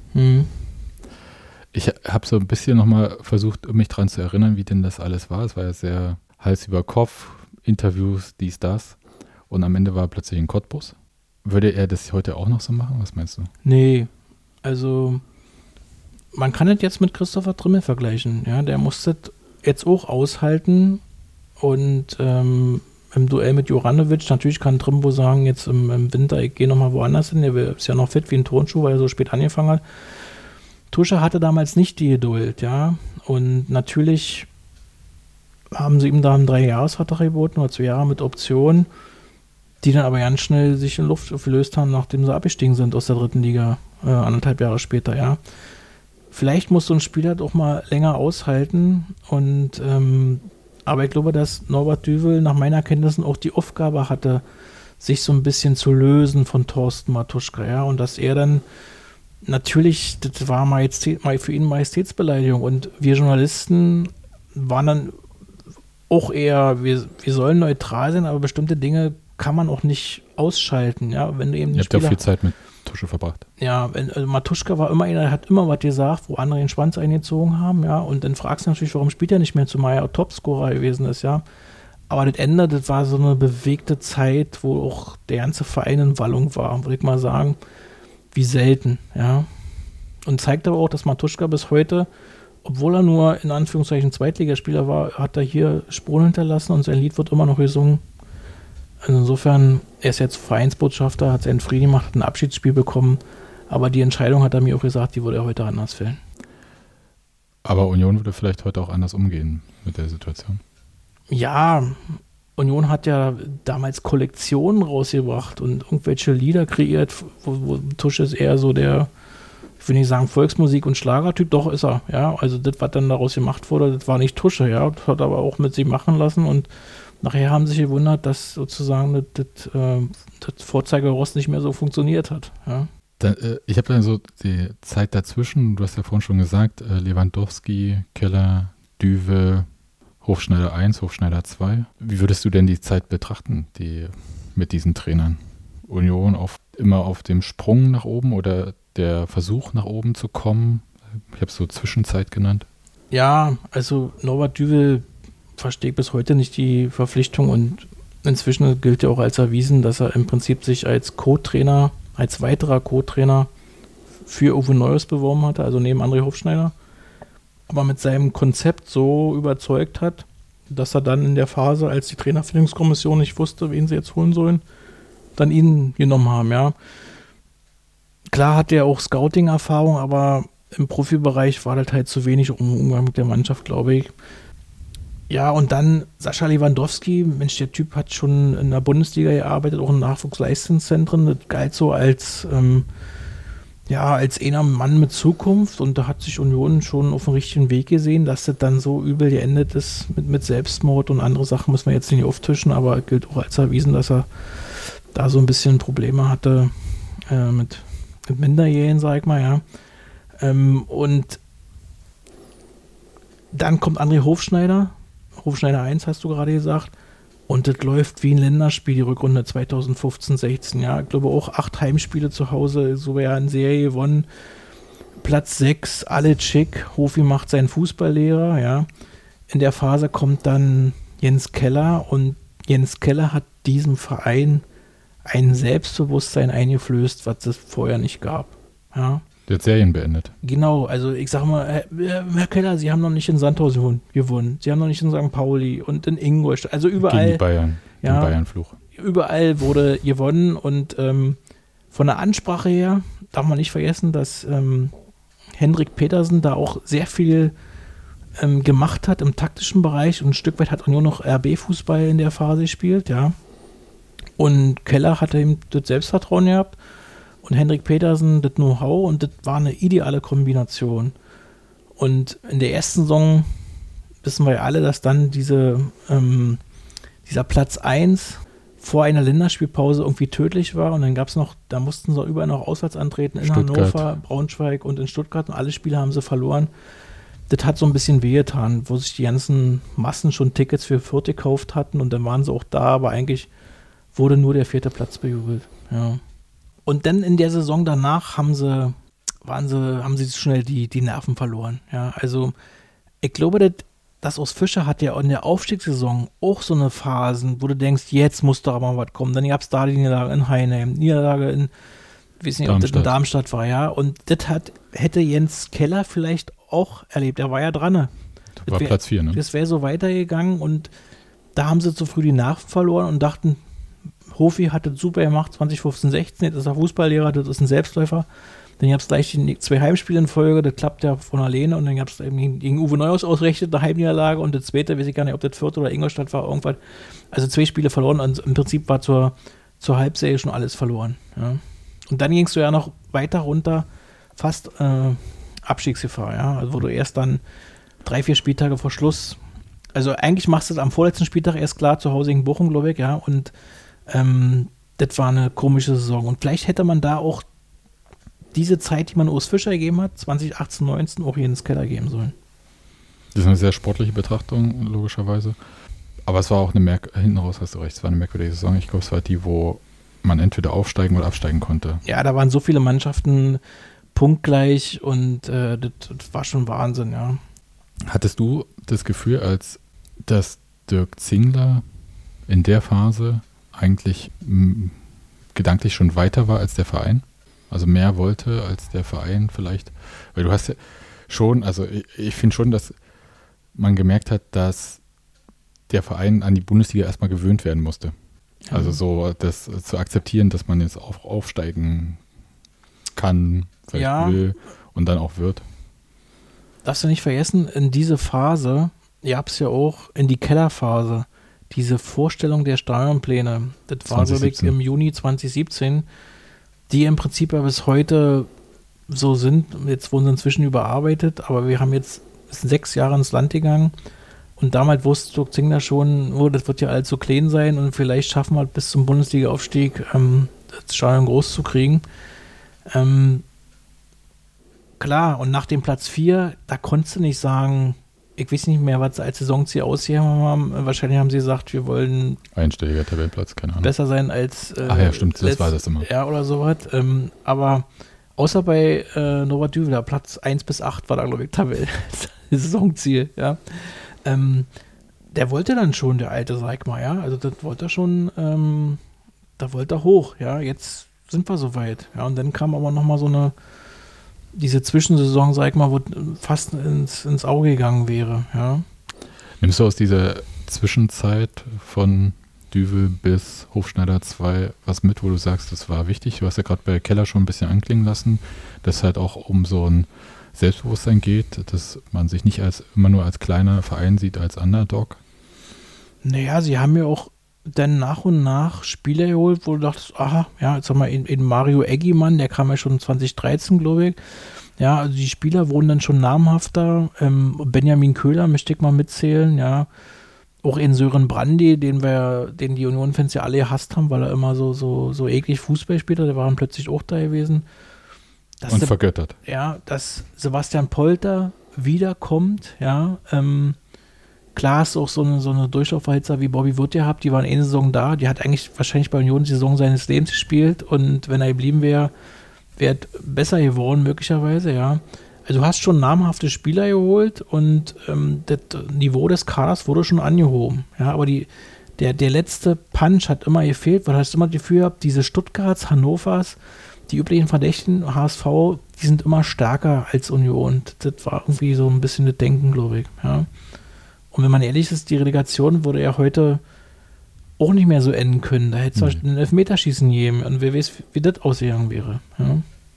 Ich habe so ein bisschen nochmal versucht, mich daran zu erinnern, wie denn das alles war. Es war ja sehr Hals über Kopf, Interviews, dies, das. Und am Ende war er plötzlich in Cottbus. Würde er das heute auch noch so machen? Was meinst du? Nee, also man kann es jetzt mit Christopher Trimmel vergleichen. Ja, der muss das jetzt auch aushalten, und im Duell mit Juranovic, natürlich kann Trimbo sagen, jetzt im Winter, ich gehe nochmal woanders hin, der ist ja noch fit wie ein Turnschuh, weil er so spät angefangen hat. Tusche hatte damals nicht die Geduld, ja, und natürlich haben sie ihm da einen 3-Jahres-Vertrag geboten oder 2 Jahre mit Option, die dann aber ganz schnell sich in Luft aufgelöst haben, nachdem sie abgestiegen sind aus der 3. Liga, 1,5 Jahre später, ja. Vielleicht muss so ein Spieler doch mal länger aushalten, und aber ich glaube, dass Norbert Düvel nach meiner Kenntnissen auch die Aufgabe hatte, sich so ein bisschen zu lösen von Thorsten Matuschka, ja, und dass er dann natürlich, das war für ihn Majestätsbeleidigung, und wir Journalisten waren dann auch eher, wir sollen neutral sein, aber bestimmte Dinge kann man auch nicht ausschalten, ja, wenn du eben Ihr habt ja viel Zeit mit Tusche verbracht. Ja, Matuschka war immer einer, der hat immer was gesagt, wo andere den Schwanz eingezogen haben, ja, und dann fragst du natürlich, warum spielt er nicht mehr, zumal er Topscorer gewesen ist, ja. Aber das Ende, das war so eine bewegte Zeit, wo auch der ganze Verein in Wallung war, würde ich mal sagen, wie selten, ja. Und zeigt aber auch, dass Matuschka bis heute, obwohl er nur in Anführungszeichen Zweitligaspieler war, hat er hier Spuren hinterlassen, und sein Lied wird immer noch gesungen. Also insofern, er ist jetzt Vereinsbotschafter, hat seinen Frieden gemacht, hat ein Abschiedsspiel bekommen, aber die Entscheidung, hat er mir auch gesagt, die würde er heute anders fällen. Aber Union würde vielleicht heute auch anders umgehen mit der Situation. Ja, Union hat ja damals Kollektionen rausgebracht und irgendwelche Lieder kreiert, wo Tusche ist eher so der, ich will nicht sagen Volksmusik- und Schlagertyp, doch ist er, ja, also das, was dann daraus gemacht wurde, das war nicht Tusche, ja, das hat aber auch mit sich machen lassen, und nachher haben sich gewundert, dass sozusagen das Vorzeigerost nicht mehr so funktioniert hat. Ja. Ich habe dann so die Zeit dazwischen, du hast ja vorhin schon gesagt, Lewandowski, Keller, Düwe, Hofschneider 1, Hofschneider 2. Wie würdest du denn die Zeit betrachten, die mit diesen Trainern? Union immer auf dem Sprung nach oben oder der Versuch nach oben zu kommen? Ich habe es so Zwischenzeit genannt. Ja, also Norbert Düvel verstehe bis heute nicht die Verpflichtung, und inzwischen gilt ja auch als erwiesen, dass er im Prinzip sich als Co-Trainer, als weiterer Co-Trainer für Uwe Neuhaus beworben hatte, also neben André Hofschneider, aber mit seinem Konzept so überzeugt hat, dass er dann in der Phase, als die Trainerfindungskommission nicht wusste, wen sie jetzt holen sollen, dann ihn genommen haben, ja. Klar hat er auch Scouting-Erfahrung, aber im Profibereich war das halt zu wenig Umgang mit der Mannschaft, glaube ich. Ja, und dann Sascha Lewandowski, Mensch, der Typ hat schon in der Bundesliga gearbeitet, auch in Nachwuchsleistungszentren, das galt so als, als einer Mann mit Zukunft, und da hat sich Union schon auf den richtigen Weg gesehen, dass das dann so übel geendet ist mit Selbstmord und andere Sachen müssen wir jetzt nicht auftischen, aber gilt auch als erwiesen, dass er da so ein bisschen Probleme hatte mit Minderjährigen, sag ich mal, ja. Und dann kommt André Hofschneider 1 hast du gerade gesagt, und das läuft wie ein Länderspiel, die Rückrunde 2015/16, ja, ich glaube auch 8 Heimspiele zu Hause, so ja in Serie gewonnen, Platz 6, alle schick, Hofi macht seinen Fußballlehrer, ja, in der Phase kommt dann Jens Keller, und Jens Keller hat diesem Verein ein Selbstbewusstsein eingeflößt, was es vorher nicht gab, ja. Der hat Serien beendet. Genau, also ich sag mal, Herr Keller, Sie haben noch nicht in Sandhausen gewonnen. Sie haben noch nicht in St. Pauli und in Ingolstadt. Also überall. Gegen die Bayern. Ja, den Bayern-Fluch. Überall wurde gewonnen, und von der Ansprache her darf man nicht vergessen, dass Hendrik Petersen da auch sehr viel gemacht hat im taktischen Bereich, und ein Stück weit hat Union noch RB-Fußball in der Phase gespielt, ja. Und Keller hatte ihm das Selbstvertrauen gehabt. Und Hendrik Petersen das Know-how, und das war eine ideale Kombination. Und in der ersten Saison wissen wir ja alle, dass dann dieser Platz 1 vor einer Länderspielpause irgendwie tödlich war, und dann gab es noch, da mussten sie überall noch auswärts antreten, in Stuttgart. Hannover, Braunschweig und in Stuttgart, und alle Spiele haben sie verloren. Das hat so ein bisschen wehgetan, wo sich die ganzen Massen schon Tickets für Fürth gekauft hatten, und dann waren sie auch da, aber eigentlich wurde nur der 4. Platz bejubelt. Ja. Und dann in der Saison danach haben sie schnell die Nerven verloren. Ja, also ich glaube, das aus Fischer hat ja in der Aufstiegssaison auch so eine Phasen, wo du denkst, jetzt muss doch aber was kommen. Dann gab es da die Niederlage in Heinheim, Niederlage in, ich weiß nicht, ob das in Darmstadt war, ja. Und das hätte Jens Keller vielleicht auch erlebt. Er war ja dran. Ne? Das war Platz 4, ne? Das wäre so weitergegangen, und da haben sie zu früh die Nerven verloren und dachten, Hofi hat das super gemacht, 2015/16, jetzt ist er Fußballlehrer, das ist ein Selbstläufer. Dann gab es gleich die 2 Heimspiele in Folge, das klappt ja von alleine, und dann gab es eben gegen Uwe Neuhaus ausgerechnet eine Heimniederlage, und das zweite, weiß ich gar nicht, ob das Fürth oder Ingolstadt war, irgendwas. Also 2 Spiele verloren, und im Prinzip war zur Halbserie schon alles verloren. Ja. Und dann gingst du ja noch weiter runter, fast Abstiegsgefahr, ja, also wo du erst dann 3-4 Spieltage vor Schluss, also eigentlich machst du es am vorletzten Spieltag erst klar, zu Hause gegen Bochum, glaube ich, ja, und das war eine komische Saison. Und vielleicht hätte man da auch diese Zeit, die man Urs Fischer gegeben hat, 2018/19, auch Jens Keller geben sollen. Das ist eine sehr sportliche Betrachtung, logischerweise. Aber es war auch hinten raus hast du recht, es war eine merkwürdige Saison. Ich glaube, es war die, wo man entweder aufsteigen oder absteigen konnte. Ja, da waren so viele Mannschaften punktgleich, und das war schon Wahnsinn, ja. Hattest du das Gefühl, als dass Dirk Zingler in der Phase eigentlich gedanklich schon weiter war als der Verein? Also mehr wollte als der Verein vielleicht? Weil du hast ja schon, also ich finde schon, dass man gemerkt hat, dass der Verein an die Bundesliga erstmal gewöhnt werden musste. Ja. Also so das zu akzeptieren, dass man jetzt auch aufsteigen kann, vielleicht will und dann auch wird. Darfst du nicht vergessen, in diese Phase, ihr habt es ja auch in die Kellerphase, diese Vorstellung der Stadionpläne, das war, glaube ich, im Juni 2017, die im Prinzip ja bis heute so sind. Jetzt wurden sie inzwischen überarbeitet, aber wir haben jetzt 6 Jahre ins Land gegangen, und damals wusste Dirk Zingler schon, das wird ja alles so klein sein, und vielleicht schaffen wir bis zum Bundesliga-Aufstieg das Stadion groß zu kriegen. Klar, und nach dem Platz 4, da konntest du nicht sagen, ich weiß nicht mehr, was sie als Saisonziel ausgegeben haben. Wahrscheinlich haben sie gesagt, wir wollen einstelliger Tabellenplatz, keine Ahnung. Besser sein als ach ja, stimmt, das war das immer. Ja, oder sowas. Aber außer bei Norbert Düveler, Platz 1 bis 8 war da, glaube ich, Saisonziel, ja. Der wollte dann schon, der alte, sag ich mal, ja. Also das wollte er schon, da wollte er hoch, ja. Jetzt sind wir soweit, ja. Und dann kam aber nochmal so diese Zwischensaison, sag ich mal, wo fast ins Auge gegangen wäre, ja. Nimmst du aus dieser Zwischenzeit von Düvel bis Hofschneider 2 was mit, wo du sagst, das war wichtig? Du hast ja gerade bei Keller schon ein bisschen anklingen lassen, dass halt auch um so ein Selbstbewusstsein geht, dass man sich nicht immer nur als kleiner Verein sieht, als Underdog? Naja, sie haben ja auch dann nach und nach Spieler geholt, wo du dachtest, aha, ja, jetzt haben wir in Mario Eggimann, der kam ja schon 2013, glaube ich. Ja, also die Spieler wurden dann schon namhafter. Benjamin Köhler möchte ich mal mitzählen, ja. Auch in Sören Brandy, den die Union-Fans ja alle gehasst haben, weil er immer so eklig Fußball spielte, der war dann plötzlich auch da gewesen. Und vergöttert. Ja, dass Sebastian Polter wiederkommt, ja. Klar ist auch so eine Durchlaufverhitzer wie Bobby Wood gehabt, die waren eine Saison da, die hat eigentlich wahrscheinlich bei Union die Saison seines Lebens gespielt und wenn er geblieben wäre, wäre besser geworden möglicherweise, ja. Also du hast schon namhafte Spieler geholt und das Niveau des Kaders wurde schon angehoben, ja, aber der letzte Punch hat immer gefehlt, weil du hast immer das Gefühl gehabt, diese Stuttgarts, Hannovers, die üblichen Verdächtigen, HSV, die sind immer stärker als Union. Das war irgendwie so ein bisschen das Denken, glaube ich, ja. Und wenn man ehrlich ist, die Relegation würde ja heute auch nicht mehr so enden können. Da hätte es ein Elfmeterschießen geben und wer weiß, wie das ausgegangen wäre. Ja.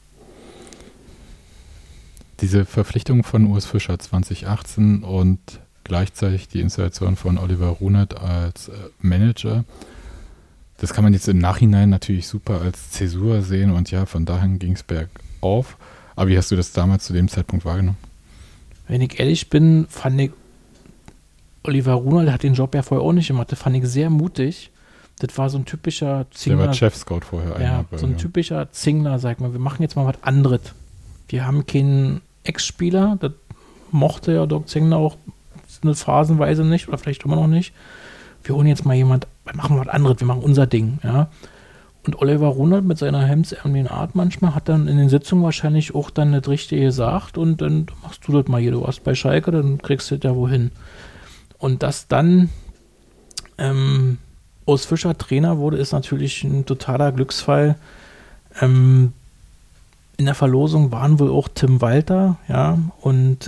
Diese Verpflichtung von Urs Fischer 2018 und gleichzeitig die Installation von Oliver Runert als Manager, das kann man jetzt im Nachhinein natürlich super als Zäsur sehen und ja, von dahin ging es bergauf. Aber wie hast du das damals zu dem Zeitpunkt wahrgenommen? Wenn ich ehrlich bin, fand ich Oliver Runert hat den Job ja vorher auch nicht gemacht. Das fand ich sehr mutig. Das war so ein typischer Zingler. Der war Chef-Scout vorher. Ja, so ein typischer Zingler, sag mal, wir machen jetzt mal was anderes. Wir haben keinen Ex-Spieler, das mochte ja Dirk Zingler auch eine phasenweise nicht oder vielleicht immer noch nicht. Wir holen jetzt mal jemand, wir machen was anderes, wir machen unser Ding, ja. Und Oliver Runert mit seiner hemdsärmeligen Art manchmal hat dann in den Sitzungen wahrscheinlich auch dann das Richtige gesagt und dann machst du das mal hier, du warst bei Schalke, dann kriegst du das ja wohin. Und dass dann Urs Fischer Trainer wurde, ist natürlich ein totaler Glücksfall. In der Verlosung waren wohl auch Tim Walter, ja, und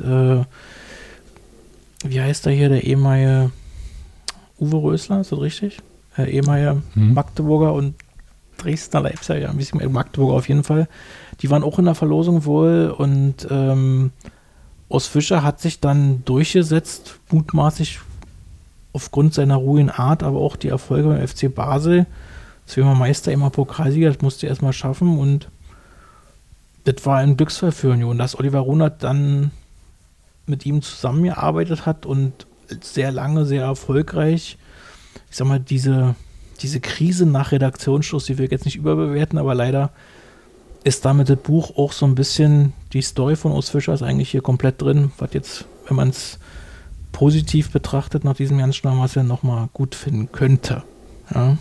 wie heißt der hier, der ehemalige Uwe Rösler, ist das richtig? Ehemalige Magdeburger und Dresdner Leipziger, ja, ein bisschen Magdeburger auf jeden Fall. Die waren auch in der Verlosung wohl und Urs Fischer hat sich dann durchgesetzt, mutmaßlich aufgrund seiner ruhigen Art, aber auch die Erfolge beim FC Basel. Zweimal Meister, immer Pokalsieger, das musste er erstmal schaffen und das war ein Glücksfall für Union, dass Oliver Runert dann mit ihm zusammengearbeitet hat und sehr lange, sehr erfolgreich, ich sag mal, diese Krise nach Redaktionsschluss, die will ich jetzt nicht überbewerten, aber leider ist damit das Buch auch so ein bisschen, die Story von Urs Fischer ist eigentlich hier komplett drin, was jetzt, wenn man es positiv betrachtet, nach diesem ganzen Schlag, was er nochmal gut finden könnte. Ja.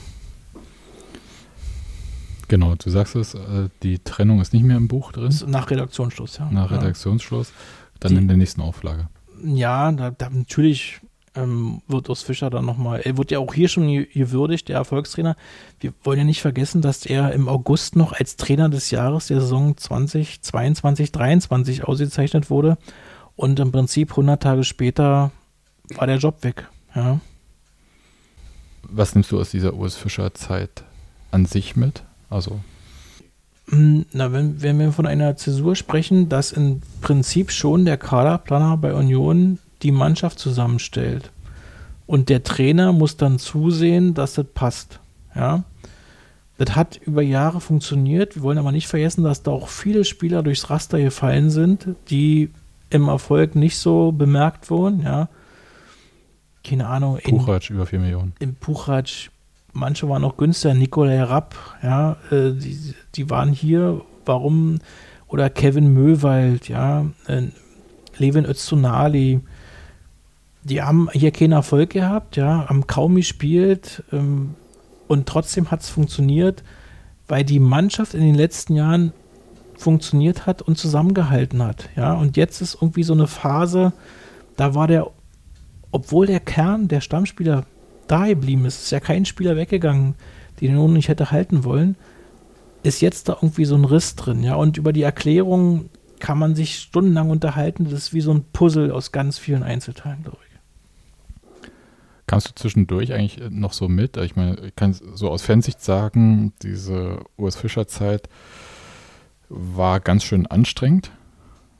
Genau, du sagst es, die Trennung ist nicht mehr im Buch drin. Nach Redaktionsschluss, ja. Nach Redaktionsschluss, dann in der nächsten Auflage. Ja, da natürlich wird Urs Fischer dann nochmal, er wird ja auch hier schon gewürdigt, der Erfolgstrainer. Wir wollen ja nicht vergessen, dass er im August noch als Trainer des Jahres der Saison 2022/23 ausgezeichnet wurde und im Prinzip 100 Tage später war der Job weg. Ja. Was nimmst du aus dieser Urs Fischer Zeit an sich mit? Also na, wenn wir von einer Zäsur sprechen, dass im Prinzip schon der Kaderplaner bei Union die Mannschaft zusammenstellt. Und der Trainer muss dann zusehen, dass das passt. Ja? Das hat über Jahre funktioniert. Wir wollen aber nicht vergessen, dass da auch viele Spieler durchs Raster gefallen sind, die im Erfolg nicht so bemerkt wurden. Ja? Keine Ahnung. Puchratsch über 4 Millionen. Im Puchratsch, manche waren auch günstiger. Nikolai Rapp, ja, die waren hier. Warum? Oder Kevin Möwald, ja, Levin Öztunali. Die haben hier keinen Erfolg gehabt, ja, haben kaum gespielt und trotzdem hat es funktioniert, weil die Mannschaft in den letzten Jahren funktioniert hat und zusammengehalten hat, ja, und jetzt ist irgendwie so eine Phase, da war obwohl der Kern, der Stammspieler da geblieben ist ja kein Spieler weggegangen, den Union nicht hätte halten wollen, ist jetzt da irgendwie so ein Riss drin, ja, und über die Erklärung kann man sich stundenlang unterhalten, das ist wie so ein Puzzle aus ganz vielen Einzelteilen, glaube ich. Kamst du zwischendurch eigentlich noch so mit? Ich meine, ich kann so aus Fansicht sagen, diese Urs Fischer Zeit war ganz schön anstrengend.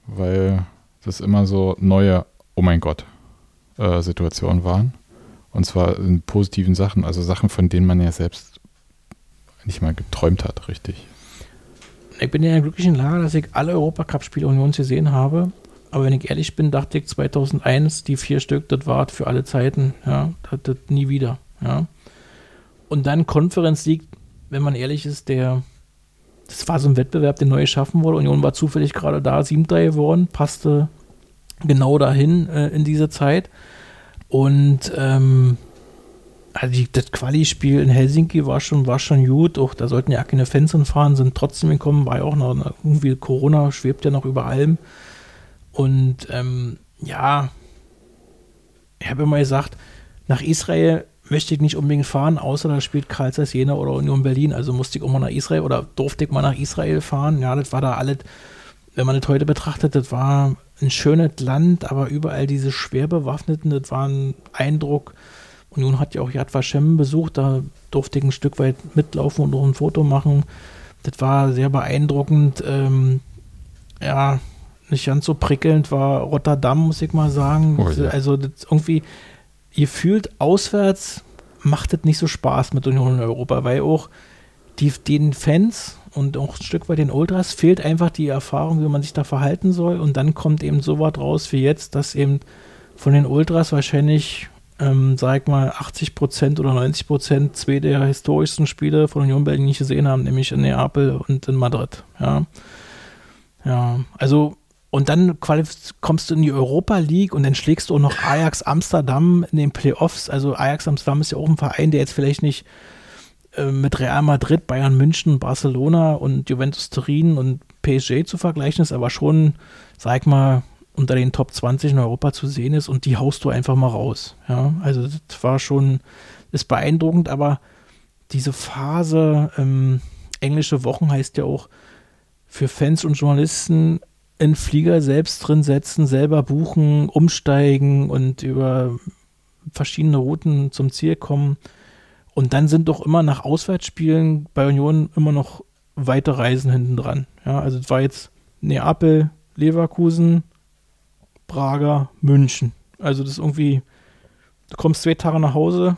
weil das immer so neue, oh mein Gott, Situationen waren. Und zwar in positiven Sachen, also Sachen, von denen man ja selbst nicht mal geträumt hat, richtig. Ich bin in der glücklichen Lage, dass ich alle Europacup-Spiele Unions gesehen habe. Aber wenn ich ehrlich bin, dachte ich 2001, die 4 Stück, das war für alle Zeiten. Ja, das nie wieder. Ja. Und dann Conference League, wenn man ehrlich ist, das war so ein Wettbewerb, der neu geschaffen wurde. Union war zufällig gerade da, 7. geworden, passte genau dahin in diese Zeit. Und also das Quali-Spiel in Helsinki war schon gut. Auch da sollten ja keine Fans hinfahren, sind trotzdem gekommen, war ja auch noch irgendwie Corona, schwebt ja noch über allem. Und ja, ich habe immer gesagt, nach Israel möchte ich nicht unbedingt fahren, außer da spielt Carl Zeiss Jena oder Union Berlin. Also musste ich auch mal nach Israel oder durfte ich mal nach Israel fahren. Ja, das war da alles, wenn man das heute betrachtet, das war ein schönes Land, aber überall diese schwer Bewaffneten, das war ein Eindruck. Union hat ja auch Yad Vashem besucht, da durfte ich ein Stück weit mitlaufen und noch ein Foto machen. Das war sehr beeindruckend. Ja, nicht ganz so prickelnd war Rotterdam, muss ich mal sagen. Oh ja. Also das irgendwie gefühlt auswärts macht es nicht so Spaß mit Union in Europa, weil auch den Fans und auch ein Stück weit den Ultras fehlt einfach die Erfahrung, wie man sich da verhalten soll. Und dann kommt eben so was raus wie jetzt, dass eben von den Ultras wahrscheinlich, sag ich mal, 80% oder 90% 2 der historischsten Spiele von Union Berlin nicht gesehen haben, nämlich in Neapel und in Madrid. Ja, also und dann kommst du in die Europa League und dann schlägst du auch noch Ajax Amsterdam in den Playoffs. Also Ajax Amsterdam ist ja auch ein Verein, der jetzt vielleicht nicht mit Real Madrid, Bayern München, Barcelona und Juventus Turin und PSG zu vergleichen ist, aber schon, sag ich mal, unter den Top 20 in Europa zu sehen ist und die haust du einfach mal raus. Ja, also das war schon, ist beeindruckend, aber diese Phase, englische Wochen heißt ja auch für Fans und Journalisten in Flieger selbst drin setzen, selber buchen, umsteigen und über verschiedene Routen zum Ziel kommen. Und dann sind doch immer nach Auswärtsspielen bei Union immer noch weite Reisen hinten dran. Ja, also es war jetzt Neapel, Leverkusen, Braga, München. Also das ist irgendwie, du kommst 2 Tage nach Hause,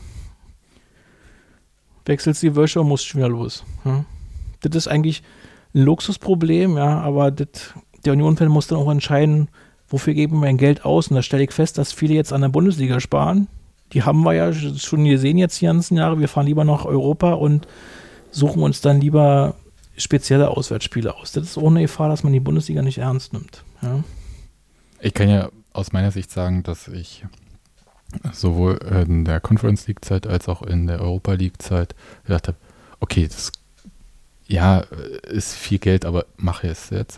wechselst die Wäsche und musst schon wieder los. Ja. Das ist eigentlich ein Luxusproblem, ja, aber der Union-Fan muss dann auch entscheiden, wofür geben wir mein Geld aus. Und da stelle ich fest, dass viele jetzt an der Bundesliga sparen. Die haben wir ja schon gesehen jetzt die ganzen Jahre. Wir fahren lieber nach Europa und suchen uns dann lieber spezielle Auswärtsspiele aus. Das ist auch eine Gefahr, dass man die Bundesliga nicht ernst nimmt. Ja. Ich kann ja aus meiner Sicht sagen, dass ich sowohl in der Conference League Zeit als auch in der Europa League Zeit gedacht habe, okay, das ja ist viel Geld, aber mache es jetzt.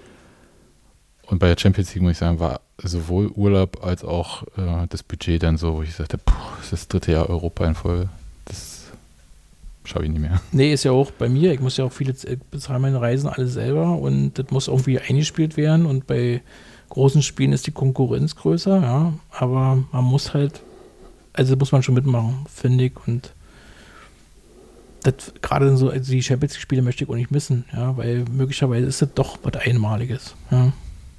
Und bei der Champions League, muss ich sagen, war sowohl Urlaub als auch das Budget dann so, wo ich sagte, das ist das 3. Jahr Europa in Folge. Das schaffe ich nicht mehr. Nee, ist ja auch bei mir. Ich muss ja auch bezahlen meine Reisen alle selber und das muss irgendwie eingespielt werden und bei großen Spielen ist die Konkurrenz größer, ja. Aber man muss halt, also muss man schon mitmachen, finde ich. Und das gerade so, also die Champions League-Spiele möchte ich auch nicht missen, ja, weil möglicherweise ist das doch was Einmaliges, ja.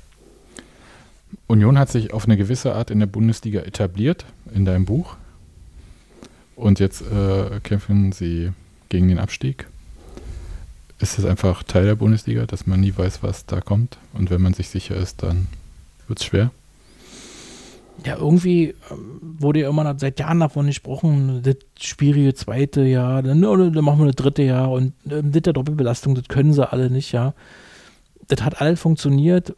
Union hat sich auf eine gewisse Art in der Bundesliga etabliert, in deinem Buch. Und jetzt kämpfen sie gegen den Abstieg. Ist das einfach Teil der Bundesliga, dass man nie weiß, was da kommt? Und wenn man sich sicher ist, dann wird es schwer? Ja, irgendwie wurde ja immer seit Jahren davon gesprochen, das schwierige 2. Jahr, dann machen wir das 3. Jahr und das der Doppelbelastung, das können sie alle nicht, ja. Das hat alles funktioniert.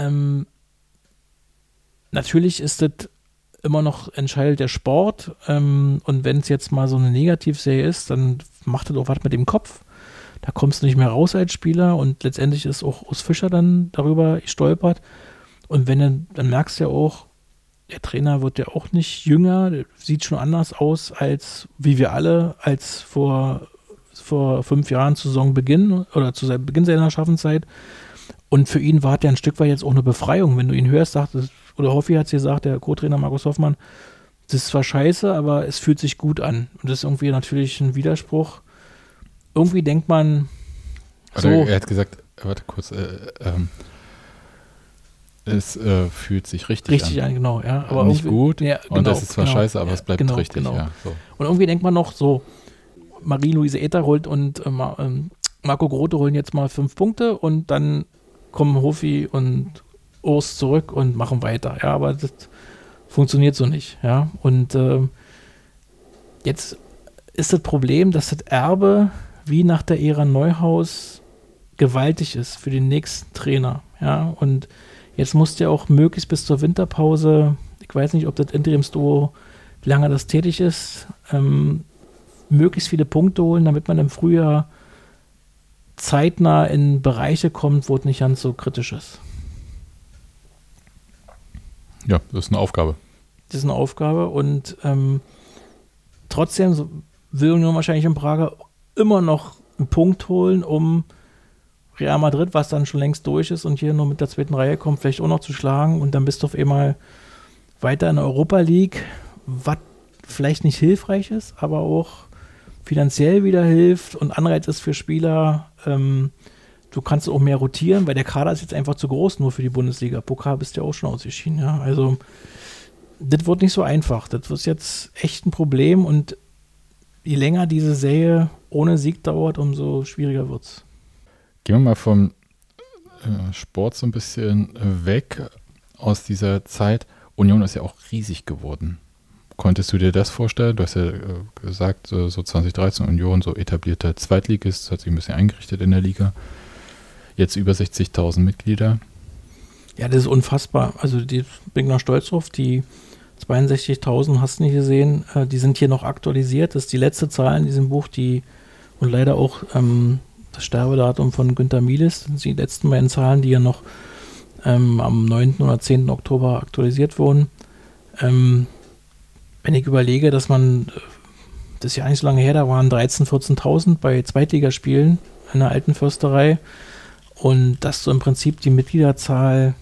Natürlich ist das immer noch entscheidet der Sport und wenn es jetzt mal so eine Negativserie ist, dann macht das auch was mit dem Kopf. Da kommst du nicht mehr raus als Spieler und letztendlich ist auch Urs Fischer dann darüber gestolpert. Und dann merkst du ja auch, der Trainer wird ja auch nicht jünger, der sieht schon anders aus als wie wir alle, als vor 5 Jahren zu Saisonbeginn oder zu Beginn seiner Schaffenszeit. Und für ihn war es ja ein Stück weit jetzt auch eine Befreiung. Wenn du ihn hörst, oder Hoffi hat es gesagt, der Co-Trainer Markus Hoffmann, das ist zwar scheiße, aber es fühlt sich gut an. Und das ist irgendwie natürlich ein Widerspruch. Irgendwie denkt man so. Er hat gesagt, warte kurz, es fühlt sich richtig an. Genau, ja. Aber nicht gut ja, und das ist zwar scheiße, aber es bleibt richtig. Genau. Ja, so. Und irgendwie denkt man noch so, Marie-Louise Ether holt und Marco Grote holen jetzt mal 5 Punkte und dann kommen Hofi und Urs zurück und machen weiter. Ja, aber das funktioniert so nicht. Ja, und jetzt ist das Problem, dass das Erbe wie nach der Ära Neuhaus gewaltig ist für den nächsten Trainer. Ja, und jetzt muss der auch möglichst bis zur Winterpause, ich weiß nicht, ob das Interimsduo, wie lange das tätig ist, möglichst viele Punkte holen, damit man im Frühjahr zeitnah in Bereiche kommt, wo es nicht ganz so kritisch ist. Ja, das ist eine Aufgabe. Das ist eine Aufgabe und trotzdem will nur wahrscheinlich in Prager immer noch einen Punkt holen, um Real Madrid, was dann schon längst durch ist und hier nur mit der zweiten Reihe kommt, vielleicht auch noch zu schlagen und dann bist du auf einmal weiter in der Europa League, was vielleicht nicht hilfreich ist, aber auch finanziell wieder hilft und Anreiz ist für Spieler. Du kannst auch mehr rotieren, weil der Kader ist jetzt einfach zu groß nur für die Bundesliga. Pokal bist du ja auch schon ausgeschieden. Ja? Also das wird nicht so einfach. Das wird jetzt echt ein Problem und je länger diese Serie ohne Sieg dauert, umso schwieriger wird es. Gehen wir mal vom Sport so ein bisschen weg aus dieser Zeit. Union ist ja auch riesig geworden. Konntest du dir das vorstellen? Du hast ja gesagt, so 2013 Union, so etablierter Zweitligist, hat sich ein bisschen eingerichtet in der Liga. Jetzt über 60.000 Mitglieder. Ja, das ist unfassbar. Also die bin ich noch stolz drauf. Die 62.000 hast du nicht gesehen. Die sind hier noch aktualisiert. Das ist die letzte Zahl in diesem Buch, und leider auch das Sterbedatum von Günter Mielis. Das sind die letzten beiden Zahlen, die ja noch am 9. oder 10. Oktober aktualisiert wurden. Wenn ich überlege, dass das ist ja nicht so lange her, da waren 13.000, 14.000 bei Zweitligaspielen in der alten Försterei und dass du im Prinzip die Mitgliederzahl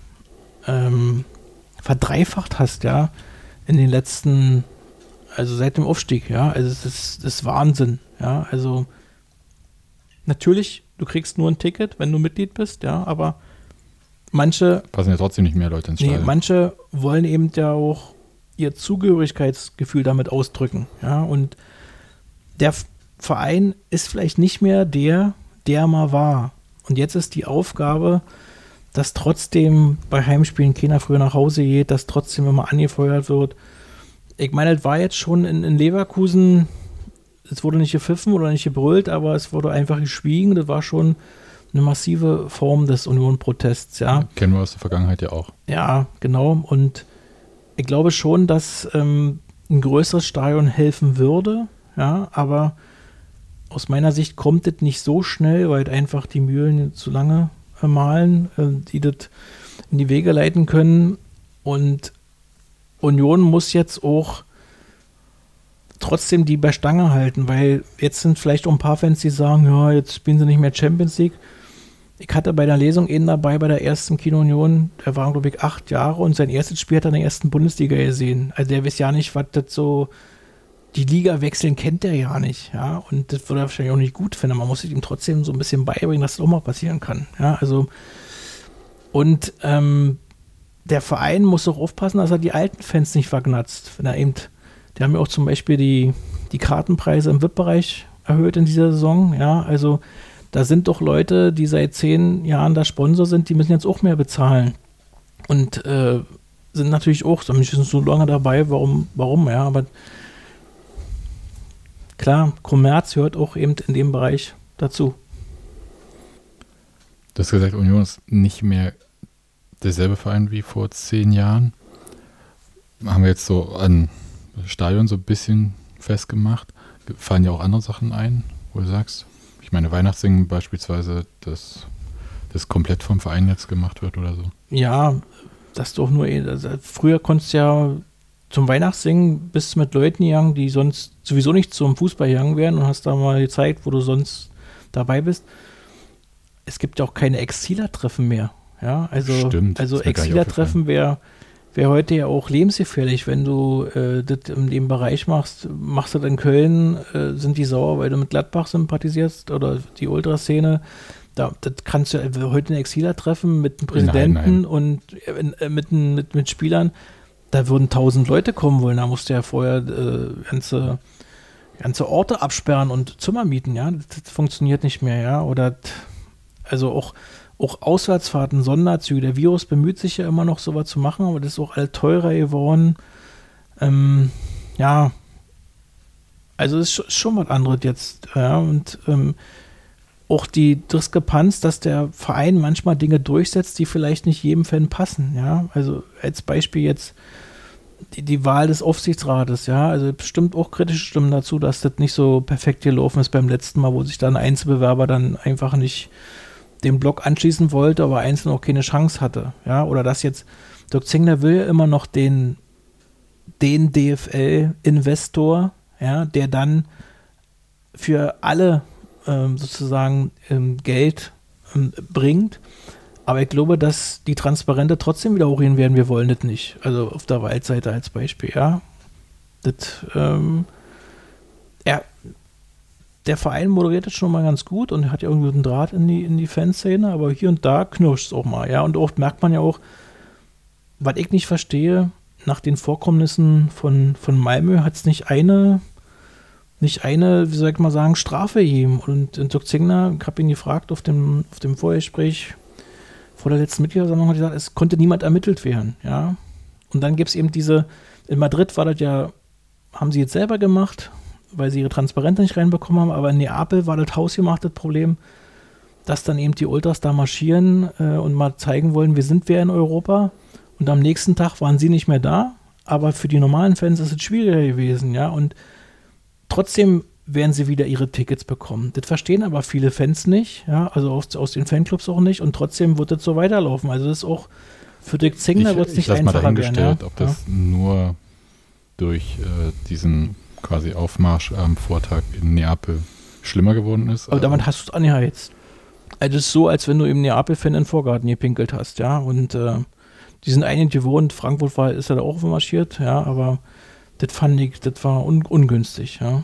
verdreifacht hast, ja, in den letzten, also seit dem Aufstieg, ja, also das ist Wahnsinn, ja, also natürlich, du kriegst nur ein Ticket, wenn du Mitglied bist, ja, aber manche passen ja trotzdem nicht mehr Leute ins Stadion. Nee, manche wollen eben ja auch ihr Zugehörigkeitsgefühl damit ausdrücken. Ja, und der Verein ist vielleicht nicht mehr der mal war. Und jetzt ist die Aufgabe, dass trotzdem bei Heimspielen keiner früher nach Hause geht, dass trotzdem immer angefeuert wird. Ich meine, es war jetzt schon in Leverkusen, es wurde nicht gepfiffen oder nicht gebrüllt, aber es wurde einfach geschwiegen. Das war schon eine massive Form des Union-Protests. Ja. Kennen wir aus der Vergangenheit ja auch. Ja, genau. Und ich glaube schon, dass ein größeres Stadion helfen würde, ja, aber aus meiner Sicht kommt das nicht so schnell, weil einfach die Mühlen zu lange mahlen, die das in die Wege leiten können. Und Union muss jetzt auch trotzdem die bei Stange halten, weil jetzt sind vielleicht auch ein paar Fans, die sagen, ja, jetzt spielen sie nicht mehr Champions League. Ich hatte bei der Lesung einen dabei, bei der ersten Kino Union, der war, glaube ich, 8 Jahre und sein erstes Spiel hat er in der ersten Bundesliga gesehen. Also der weiß ja nicht, was das so, die Liga wechseln kennt der ja nicht, ja, und das würde er wahrscheinlich auch nicht gut finden. Man muss ihm trotzdem so ein bisschen beibringen, dass das auch mal passieren kann, ja, also und der Verein muss auch aufpassen, dass er die alten Fans nicht vergnatzt. Wenn er eben, die haben ja auch zum Beispiel die Kartenpreise im VIP-Bereich erhöht in dieser Saison, ja, also da sind doch Leute, die seit 10 Jahren da Sponsor sind, die müssen jetzt auch mehr bezahlen. Und sind natürlich auch, sind so lange dabei, warum, ja, aber klar, Kommerz gehört auch eben in dem Bereich dazu. Du hast gesagt, Union ist nicht mehr derselbe Verein wie vor 10 Jahren. Haben wir jetzt so an Stadion so ein bisschen festgemacht. Fallen ja auch andere Sachen ein, wo du sagst, ich meine, Weihnachtssingen beispielsweise, das komplett vom Verein jetzt gemacht wird oder so. Ja, das doch nur, also früher konntest du ja zum Weihnachtssingen bist mit Leuten gegangen, die sonst sowieso nicht zum Fußball gegangen wären und hast da mal gezeigt, wo du sonst dabei bist. Es gibt ja auch keine Exiler-Treffen mehr. Ja, also Exiler-Treffen wäre heute ja auch lebensgefährlich, wenn du das in dem Bereich machst du das in Köln, sind die sauer, weil du mit Gladbach sympathisierst oder die Ultraszene. Das kannst du heute einen Exiler treffen mit dem Präsidenten und mit Spielern. Da würden 1000 Leute kommen wollen. Da musst du ja vorher ganze Orte absperren und Zimmer mieten. Ja, das funktioniert nicht mehr. Ja, oder also auch Auswärtsfahrten, Sonderzüge. Der Virus bemüht sich ja immer noch, sowas zu machen, aber das ist auch all teurer geworden. Ja, also es ist schon was anderes jetzt. Ja, und auch die Diskrepanz, dass der Verein manchmal Dinge durchsetzt, die vielleicht nicht jedem Fan passen. Ja, also als Beispiel jetzt die Wahl des Aufsichtsrates. Ja, also bestimmt auch kritische Stimmen dazu, dass das nicht so perfekt gelaufen ist beim letzten Mal, wo sich dann ein Einzelbewerber dann einfach nicht dem Block anschließen wollte, aber einzeln auch keine Chance hatte. Ja, oder dass jetzt Dirk Zingler will ja immer noch den DFL-Investor, ja, der dann für alle sozusagen Geld bringt. Aber ich glaube, dass die Transparente trotzdem wieder hochgehen werden. Wir wollen das nicht. Also auf der Waldseite als Beispiel, ja. Das, der Verein moderiert das schon mal ganz gut und hat ja irgendwie einen Draht in die Fanszene, aber hier und da knirscht es auch mal, ja. Und oft merkt man ja auch, was ich nicht verstehe, nach den Vorkommnissen von Malmö hat es nicht eine, wie soll ich mal sagen, Strafe gegeben. Und Dirk Zingler, ich habe ihn gefragt auf dem Vorgespräch vor der letzten Mitgliederversammlung, hat gesagt, es konnte niemand ermittelt werden, ja. Und dann gibt es eben in Madrid war das ja, haben sie jetzt selber gemacht, weil sie ihre Transparente nicht reinbekommen haben, aber in Neapel war das hausgemachtes Problem, dass dann eben die Ultras da marschieren und mal zeigen wollen, wir sind wer in Europa. Und am nächsten Tag waren sie nicht mehr da, aber für die normalen Fans ist es schwieriger gewesen, ja. Und trotzdem werden sie wieder ihre Tickets bekommen. Das verstehen aber viele Fans nicht, ja, also aus den Fanclubs auch nicht, und trotzdem wird das so weiterlaufen. Also das ist auch für Dirk Zingler wird es nicht einfacher werden. Ja? Ob das nur durch diesen quasi Aufmarsch am Vortag in Neapel schlimmer geworden ist. Aber damit hast du es angeheizt. Also es ist so, als wenn du im Neapel-Fan in den Vorgarten gepinkelt hast, ja, und die sind eigentlich gewohnt, Frankfurt ist ja da auch marschiert, ja, aber das fand ich, das war ungünstig, ja.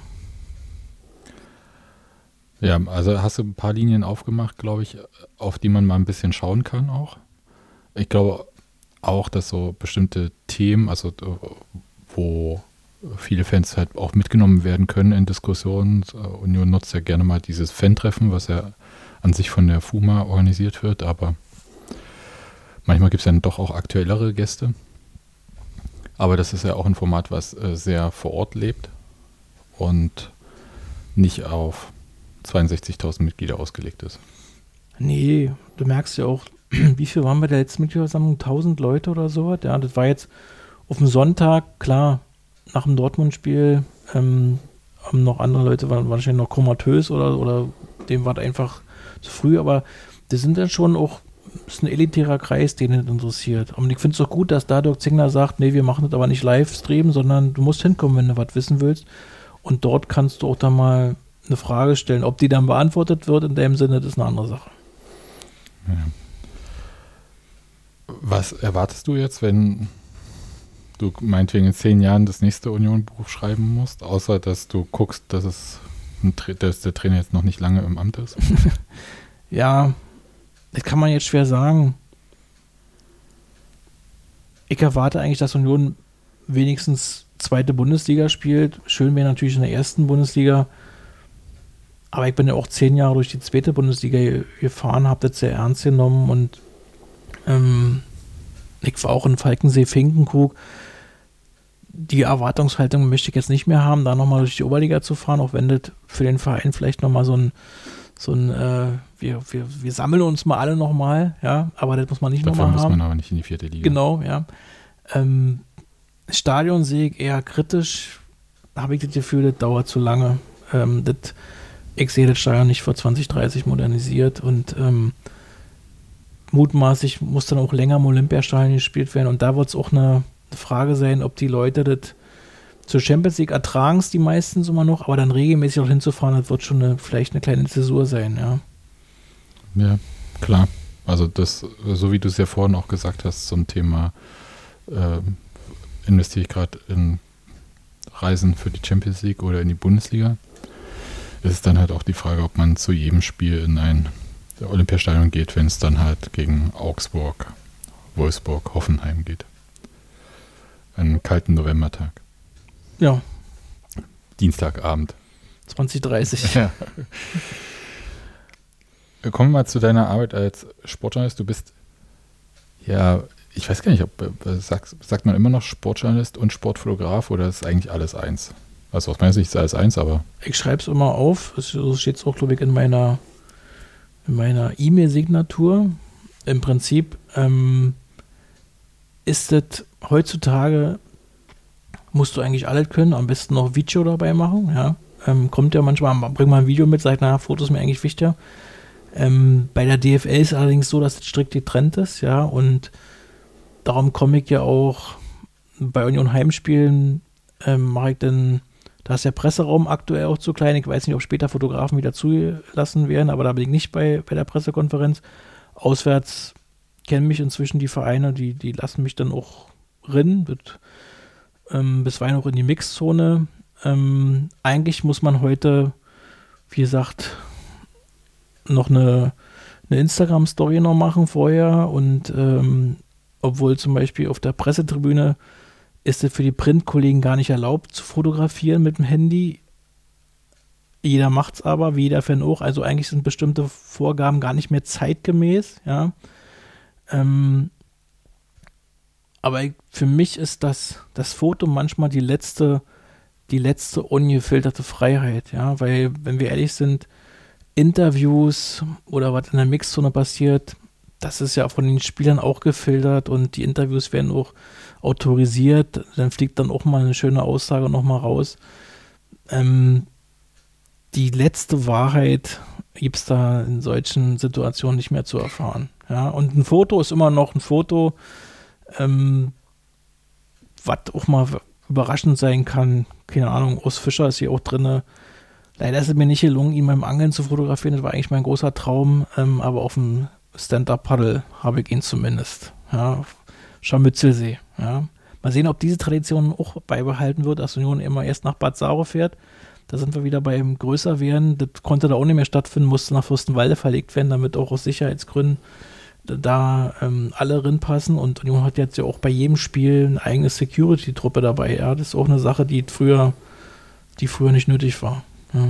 Ja, also hast du ein paar Linien aufgemacht, glaube ich, auf die man mal ein bisschen schauen kann auch. Ich glaube auch, dass so bestimmte Themen, also wo viele Fans halt auch mitgenommen werden können in Diskussionen. Union nutzt ja gerne mal dieses Fan-Treffen, was ja an sich von der FUMA organisiert wird, aber manchmal gibt es dann doch auch aktuellere Gäste. Aber das ist ja auch ein Format, was sehr vor Ort lebt und nicht auf 62.000 Mitglieder ausgelegt ist. Nee, du merkst ja auch, wie viel waren bei der letzten Mitgliederversammlung? 1000 Leute oder so? Ja, das war jetzt auf dem Sonntag, klar, nach dem Dortmund-Spiel haben noch andere Leute, waren wahrscheinlich noch komatös oder dem war das einfach zu früh, aber das sind dann schon auch, das ist ein elitärer Kreis, den es interessiert. Und ich finde es auch gut, dass da Dirk Zingler sagt, nee, wir machen das aber nicht Livestream, sondern du musst hinkommen, wenn du was wissen willst. Und dort kannst du auch dann mal eine Frage stellen. Ob die dann beantwortet wird in dem Sinne, das ist eine andere Sache. Ja. Was erwartest du jetzt, wenn du meinetwegen in 10 Jahren das nächste Union-Buch schreiben musst, außer dass du guckst, dass der Trainer jetzt noch nicht lange im Amt ist? Ja, das kann man jetzt schwer sagen. Ich erwarte eigentlich, dass Union wenigstens zweite Bundesliga spielt. Schön wäre natürlich in der ersten Bundesliga. Aber ich bin ja auch 10 Jahre durch die zweite Bundesliga gefahren, habe das sehr ernst genommen und ich war auch in Falkensee-Finkenkrug. Die Erwartungshaltung möchte ich jetzt nicht mehr haben, da nochmal durch die Oberliga zu fahren, auch wenn das für den Verein vielleicht nochmal so ein wir sammeln uns mal alle nochmal, ja, aber das muss man nicht nochmal haben. Dafür muss man aber nicht in die 4. Liga. Genau, ja. Stadion sehe ich eher kritisch, habe ich das Gefühl, das dauert zu lange. Ich sehe das Stadion nicht vor 2030 modernisiert und mutmaßlich muss dann auch länger im Olympiastadion gespielt werden und da wird es auch eine Frage sein, ob die Leute das zur Champions League ertragen es die meistens immer noch, aber dann regelmäßig auch hinzufahren, das wird schon vielleicht eine kleine Zäsur sein, ja. Ja, klar. Also das, so wie du es ja vorhin auch gesagt hast, zum Thema investiere ich gerade in Reisen für die Champions League oder in die Bundesliga, ist es dann halt auch die Frage, ob man zu jedem Spiel in ein der Olympiastadion geht, wenn es dann halt gegen Augsburg, Wolfsburg, Hoffenheim geht. Einen kalten Novembertag. Ja. Dienstagabend. 20:30. Ja. Kommen wir mal zu deiner Arbeit als Sportjournalist. Du bist, ja, ich weiß gar nicht, sagt man immer noch Sportjournalist und Sportfotograf oder ist eigentlich alles eins? Also aus meiner Sicht ist alles eins, aber... Ich schreibe es immer auf. So steht es auch, glaube ich, in meiner E-Mail-Signatur. Im Prinzip ist das heutzutage, musst du eigentlich alles können, am besten noch Video dabei machen. Ja. Kommt ja manchmal, bring mal ein Video mit, sagt, naja, Fotos mir eigentlich wichtiger. Bei der DFL ist allerdings so, dass das strikt getrennt ist, ja, und darum komme ich ja auch bei Union Heimspielen, mache ich dann, da ist der Presseraum aktuell auch zu klein, ich weiß nicht, ob später Fotografen wieder zugelassen werden, aber da bin ich nicht bei der Pressekonferenz. Auswärts kennen mich inzwischen die Vereine, die lassen mich dann auch rein, bisweilen auch in die Mixzone. Eigentlich muss man heute, wie gesagt, noch eine Instagram-Story noch machen vorher und obwohl zum Beispiel auf der Pressetribüne ist es für die Printkollegen gar nicht erlaubt zu fotografieren mit dem Handy. Jeder macht es aber, wie jeder Fan auch. Also eigentlich sind bestimmte Vorgaben gar nicht mehr zeitgemäß, ja. Aber für mich ist das Foto manchmal die letzte ungefilterte Freiheit, ja, weil, wenn wir ehrlich sind, Interviews oder was in der Mixzone passiert, das ist ja von den Spielern auch gefiltert und die Interviews werden auch autorisiert, dann fliegt dann auch mal eine schöne Aussage nochmal raus. Die letzte Wahrheit gibt es da in solchen Situationen nicht mehr zu erfahren. Ja? Und ein Foto ist immer noch ein Foto, was auch mal überraschend sein kann. Keine Ahnung, Urs Fischer ist hier auch drin. Leider ist es mir nicht gelungen, ihn beim Angeln zu fotografieren. Das war eigentlich mein großer Traum. Aber auf dem Stand-Up-Paddle habe ich ihn zumindest. Ja, Scharmützelsee. Ja. Mal sehen, ob diese Tradition auch beibehalten wird, dass Union immer erst nach Bad Saro fährt. Da sind wir wieder beim Größerwerden. Das konnte da auch nicht mehr stattfinden, musste nach Fürstenwalde verlegt werden, damit auch aus Sicherheitsgründen da alle reinpassen. Und Union hat jetzt ja auch bei jedem Spiel eine eigene Security-Truppe dabei. Ja. Das ist auch eine Sache, die früher nicht nötig war. Ja.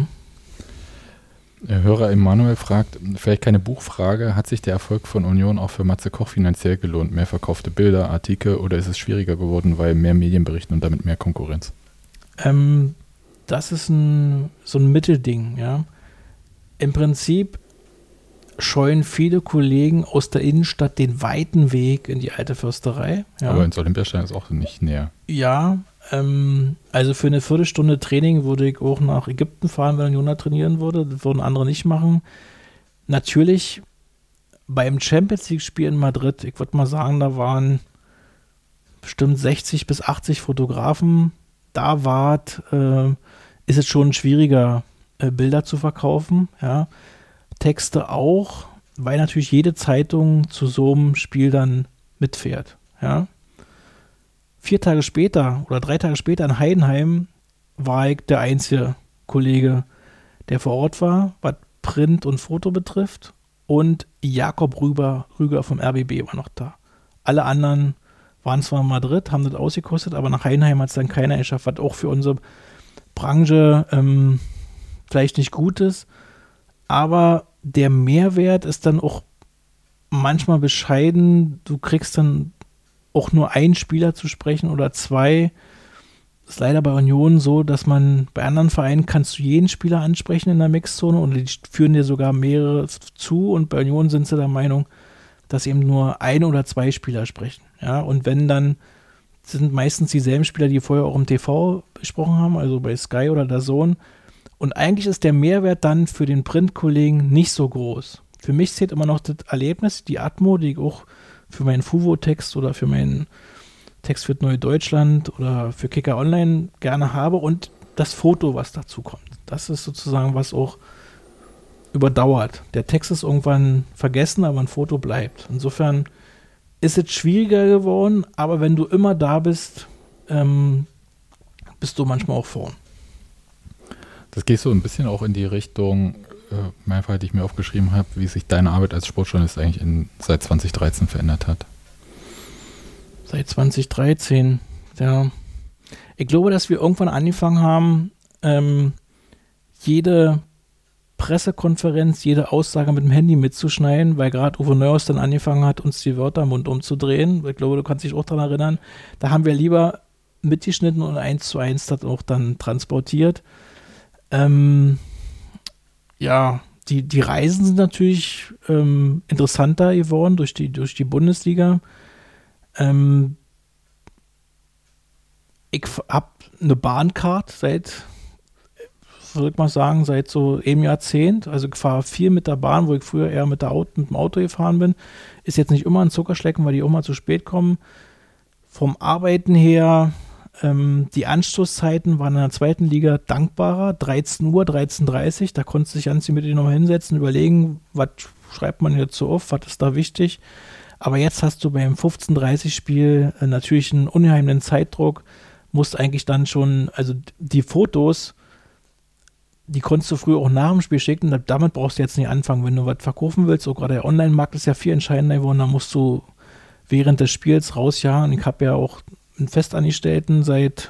Der Hörer Emanuel fragt, vielleicht keine Buchfrage, hat sich der Erfolg von Union auch für Matze Koch finanziell gelohnt? Mehr verkaufte Bilder, Artikel oder ist es schwieriger geworden, weil mehr Medien berichten und damit mehr Konkurrenz? Das ist so ein Mittelding, ja. Im Prinzip scheuen viele Kollegen aus der Innenstadt den weiten Weg in die alte Försterei. Ja. Aber ins Olympiastadion ist auch nicht näher. Ja, also für eine Viertelstunde Training würde ich auch nach Ägypten fahren, wenn Union trainieren würde. Das würden andere nicht machen. Natürlich beim Champions-League-Spiel in Madrid, ich würde mal sagen, da waren bestimmt 60 bis 80 Fotografen. Da ist es schon schwieriger, Bilder zu verkaufen. Ja. Texte auch, weil natürlich jede Zeitung zu so einem Spiel dann mitfährt. Ja. 4 Tage später oder 3 Tage später in Heidenheim war ich der einzige Kollege, der vor Ort war, was Print und Foto betrifft. Und Jakob Rüger vom RBB war noch da. Alle anderen waren zwar in Madrid, haben das ausgekostet, aber nach Heidenheim hat es dann keiner geschafft, was auch für unsere Branche vielleicht nicht gut ist. Aber der Mehrwert ist dann auch manchmal bescheiden. Du kriegst dann auch nur einen Spieler zu sprechen oder 2. Ist leider bei Union so, dass man bei anderen Vereinen kannst du jeden Spieler ansprechen in der Mixzone und die führen dir sogar mehrere zu und bei Union sind sie der Meinung, dass eben nur 1 oder 2 Spieler sprechen. Ja, und wenn dann sind meistens dieselben Spieler, die vorher auch im TV besprochen haben, also bei Sky oder DAZN. Und eigentlich ist der Mehrwert dann für den Printkollegen nicht so groß. Für mich zählt immer noch das Erlebnis, die Atmo, die ich auch für meinen Fuvo-Text oder für meinen Text für Neue Deutschland oder für Kicker Online gerne habe und das Foto, was dazu kommt. Das ist sozusagen, was auch überdauert. Der Text ist irgendwann vergessen, aber ein Foto bleibt. Insofern ist es schwieriger geworden, aber wenn du immer da bist, bist du manchmal auch vorn. Das geht so ein bisschen auch in die Richtung, mehrfach, die ich mir aufgeschrieben habe, wie sich deine Arbeit als Sportjournalist eigentlich seit 2013 verändert hat. Seit 2013, ja. Ich glaube, dass wir irgendwann angefangen haben, jede Pressekonferenz, jede Aussage mit dem Handy mitzuschneiden, weil gerade Uwe Neuhaus dann angefangen hat, uns die Wörter im Mund umzudrehen. Ich glaube, du kannst dich auch daran erinnern. Da haben wir lieber mitgeschnitten und 1:1 das auch dann transportiert. Ja, die Reisen sind natürlich interessanter geworden durch die Bundesliga. Ich habe eine Bahncard seit so einem Jahrzehnt. Also ich fahre viel mit der Bahn, wo ich früher eher mit dem Auto gefahren bin. Ist jetzt nicht immer ein Zuckerschlecken, weil die auch mal zu spät kommen. Vom Arbeiten her, die Anstoßzeiten waren in der zweiten Liga dankbarer. 13 Uhr, 13:30 Uhr, da konntest du dich ganz mit dir nochmal hinsetzen, überlegen, was schreibt man jetzt so auf, was ist da wichtig. Aber jetzt hast du beim 15:30 Spiel natürlich einen unheimlichen Zeitdruck, musst eigentlich dann schon, also die Fotos, die konntest du früher auch nach dem Spiel schicken, damit brauchst du jetzt nicht anfangen, wenn du was verkaufen willst, so gerade der Online-Markt ist ja viel entscheidender geworden, da musst du während des Spiels rausjagen. Ich habe ja auch einen Festangestellten seit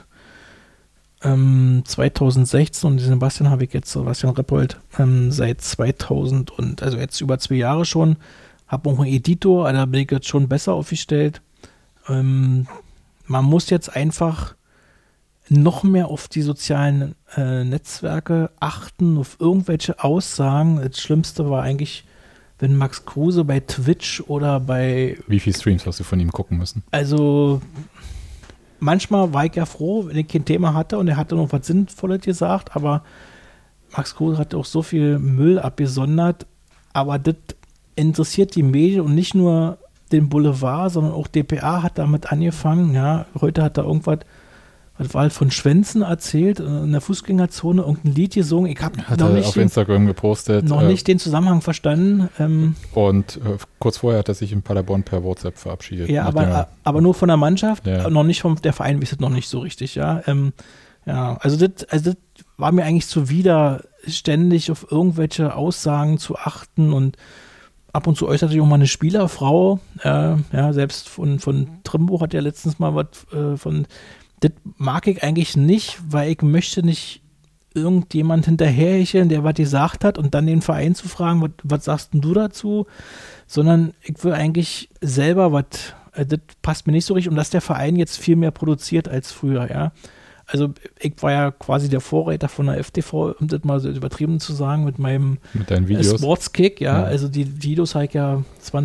2016 und den Sebastian Reppold, seit 2000 und also jetzt über 2 Jahre schon, habe auch einen Editor, da bin ich jetzt schon besser aufgestellt. Man muss jetzt einfach noch mehr auf die sozialen Netzwerke achten, auf irgendwelche Aussagen. Das Schlimmste war eigentlich, wenn Max Kruse bei Twitch oder bei... Wie viele Streams hast du von ihm gucken müssen? Also manchmal war ich ja froh, wenn ich kein Thema hatte und er hatte noch was Sinnvolles gesagt, aber Max Kruse hat auch so viel Müll abgesondert, aber das interessiert die Medien und nicht nur den Boulevard, sondern auch dpa hat damit angefangen. Ja, heute hat er irgendwas, was war halt von Schwänzen erzählt, in der Fußgängerzone irgendein Lied gesungen. Ich habe noch nicht auf Instagram gepostet. Noch nicht den Zusammenhang verstanden. Und kurz vorher hat er sich in Paderborn per WhatsApp verabschiedet. Ja, aber nur von der Mannschaft, noch nicht der Verein wisst noch nicht so richtig, ja. Also das war mir eigentlich zuwider, ständig auf irgendwelche Aussagen zu achten und ab und zu äußert sich auch mal eine Spielerfrau, selbst von Trimbo hat ja letztens mal was von. Das mag ich eigentlich nicht, weil ich möchte nicht irgendjemand hinterherhecheln, der was gesagt hat und dann den Verein zu fragen, was sagst denn du dazu, sondern ich will eigentlich selber das passt mir nicht so richtig und dass der Verein jetzt viel mehr produziert als früher, ja. Also ich war ja quasi der Vorreiter von der FTV, um das mal so übertrieben zu sagen, mit deinen Videos. Sportskick, ja. Also die Videos habe ich ja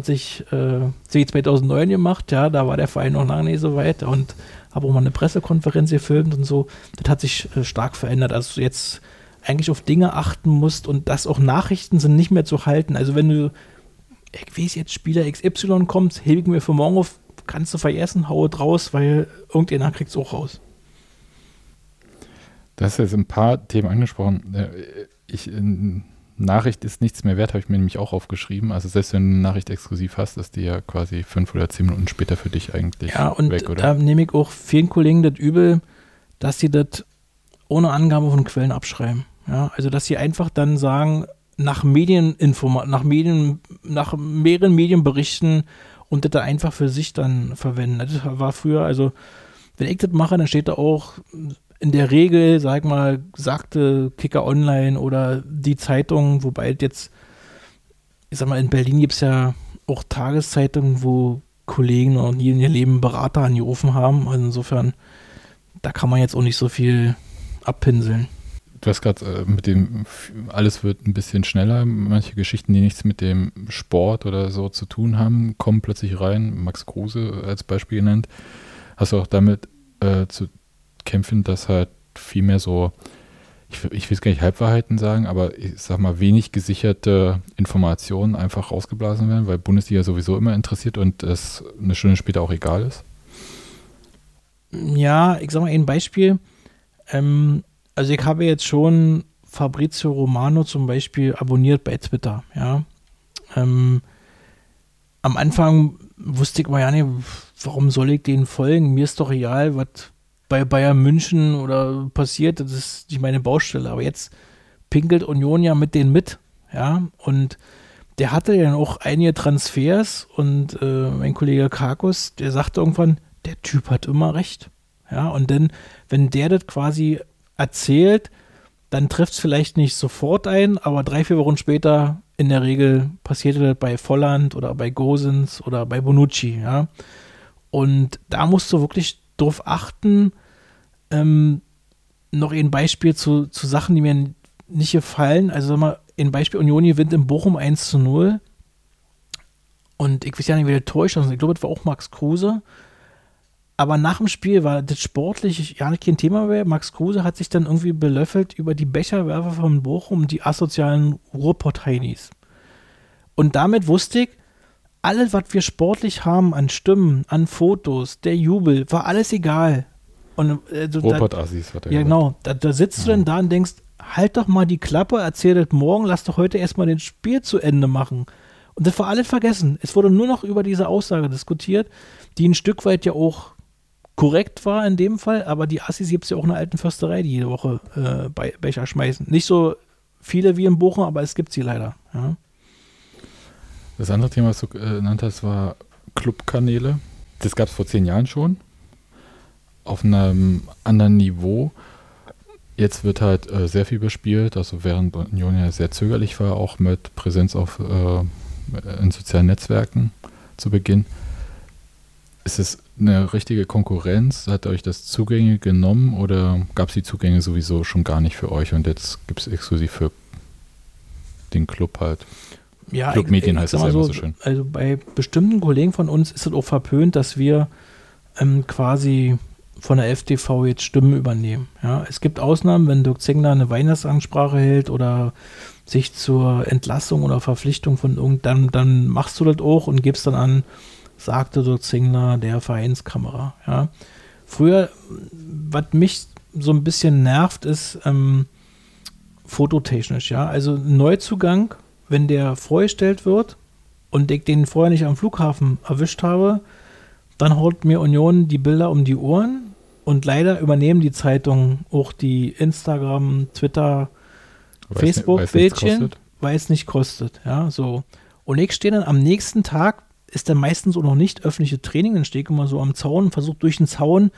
2009 gemacht, ja, da war der Verein noch lange nicht so weit und habe auch mal eine Pressekonferenz gefilmt und so. Das hat sich stark verändert, also du jetzt eigentlich auf Dinge achten musst und dass auch Nachrichten sind nicht mehr zu halten. Also wenn du, ich weiß jetzt, Spieler XY kommt, hebe ich mir für morgen auf, kannst du vergessen, hau es raus, weil irgendjemand kriegt es auch raus. Du hast jetzt ein paar Themen angesprochen. Nachricht ist nichts mehr wert, habe ich mir nämlich auch aufgeschrieben. Also selbst wenn du eine Nachricht exklusiv hast, ist die ja quasi 5 oder 10 Minuten später für dich eigentlich weg, oder? Da nehme ich auch vielen Kollegen das übel, dass sie das ohne Angabe von Quellen abschreiben. Ja, also dass sie einfach dann sagen, nach mehreren Medienberichten und das da einfach für sich dann verwenden. Das war früher, also wenn ich das mache, dann steht da auch in der Regel, sag mal, sagte Kicker Online oder die Zeitung, wobei jetzt, ich sag mal, in Berlin gibt es ja auch Tageszeitungen, wo Kollegen noch nie in ihr Leben Berater angerufen haben. Also insofern, da kann man jetzt auch nicht so viel abpinseln. Du hast gerade mit dem, alles wird ein bisschen schneller. Manche Geschichten, die nichts mit dem Sport oder so zu tun haben, kommen plötzlich rein. Max Kruse als Beispiel genannt. Hast du auch damit zu kämpfen, dass halt viel mehr so, ich will es gar nicht Halbwahrheiten sagen, aber ich sag mal, wenig gesicherte Informationen einfach rausgeblasen werden, weil Bundesliga sowieso immer interessiert und es eine Stunde später auch egal ist? Ja, ich sag mal ein Beispiel. Also ich habe jetzt schon Fabrizio Romano zum Beispiel abonniert bei Twitter, ja. Am Anfang wusste ich mal ja nicht, warum soll ich denen folgen? Mir ist doch egal, was bei Bayern München oder passiert, das ist nicht meine Baustelle. Aber jetzt pinkelt Union ja mit denen mit, ja, und der hatte ja auch einige Transfers und mein Kollege Karkus, der sagte irgendwann, der Typ hat immer recht, ja, und dann, wenn der das quasi erzählt, dann trifft es vielleicht nicht sofort ein, aber 3-4 Wochen später in der Regel passierte das bei Volland oder bei Gosens oder bei Bonucci, ja. Und da musst du wirklich drauf achten, noch ein Beispiel zu Sachen, die mir nicht gefallen. Also sag mal, ein Beispiel, Union gewinnt in Bochum 1-0 und ich weiß ja nicht, wer der Tor ist, ich glaube, das war auch Max Kruse. Aber nach dem Spiel war das sportlich ja nicht kein Thema mehr. Max Kruse hat sich dann irgendwie belöffelt über die Becherwerfer von Bochum, die asozialen Ruhrpott-Heinis. Und damit wusste ich, alles, was wir sportlich haben an Stimmen, an Fotos, der Jubel, war alles egal. Und Ruhrpott-Assis hat er ja, genau. Da sitzt du dann da und denkst, halt doch mal die Klappe, erzähl das morgen, lass doch heute erstmal den Spiel zu Ende machen. Und das war alles vergessen. Es wurde nur noch über diese Aussage diskutiert, die ein Stück weit ja auch korrekt war in dem Fall, aber die Assis gibt es ja auch in der alten Försterei, die jede Woche Becher schmeißen. Nicht so viele wie in Bochum, aber es gibt sie leider. Ja. Das andere Thema, was du genannt hast, war Clubkanäle. Das gab es vor 10 Jahren schon, auf einem anderen Niveau. Jetzt wird halt sehr viel bespielt, also während Union ja sehr zögerlich war, auch mit Präsenz in sozialen Netzwerken zu Beginn. Ist es eine richtige Konkurrenz? Hat euch das Zugänge genommen oder gab es die Zugänge sowieso schon gar nicht für euch und jetzt gibt es exklusiv für den Club halt? Ja, Clubmedien heißt das ja immer so schön. Also bei bestimmten Kollegen von uns ist es auch verpönt, dass wir quasi von der FTV jetzt Stimmen übernehmen. Ja, es gibt Ausnahmen, wenn Dirk Zingler eine Weihnachtsansprache hält oder sich zur Entlassung oder Verpflichtung von irgendeinem, dann machst du das auch und gibst dann an, sagte Dirk Zingler, der Vereinskamera. Ja. Früher, was mich so ein bisschen nervt, ist fototechnisch. Ja. Also Neuzugang, wenn der vorgestellt wird und ich den vorher nicht am Flughafen erwischt habe, dann haut mir Union die Bilder um die Ohren und leider übernehmen die Zeitungen auch die Instagram, Twitter, Facebook-Bildchen, weil es nicht kostet. Ja, so. Und ich stehe dann am nächsten Tag, ist dann meistens auch noch nicht öffentliche Training, dann stehe ich immer so am Zaun und versuche durch den Zaun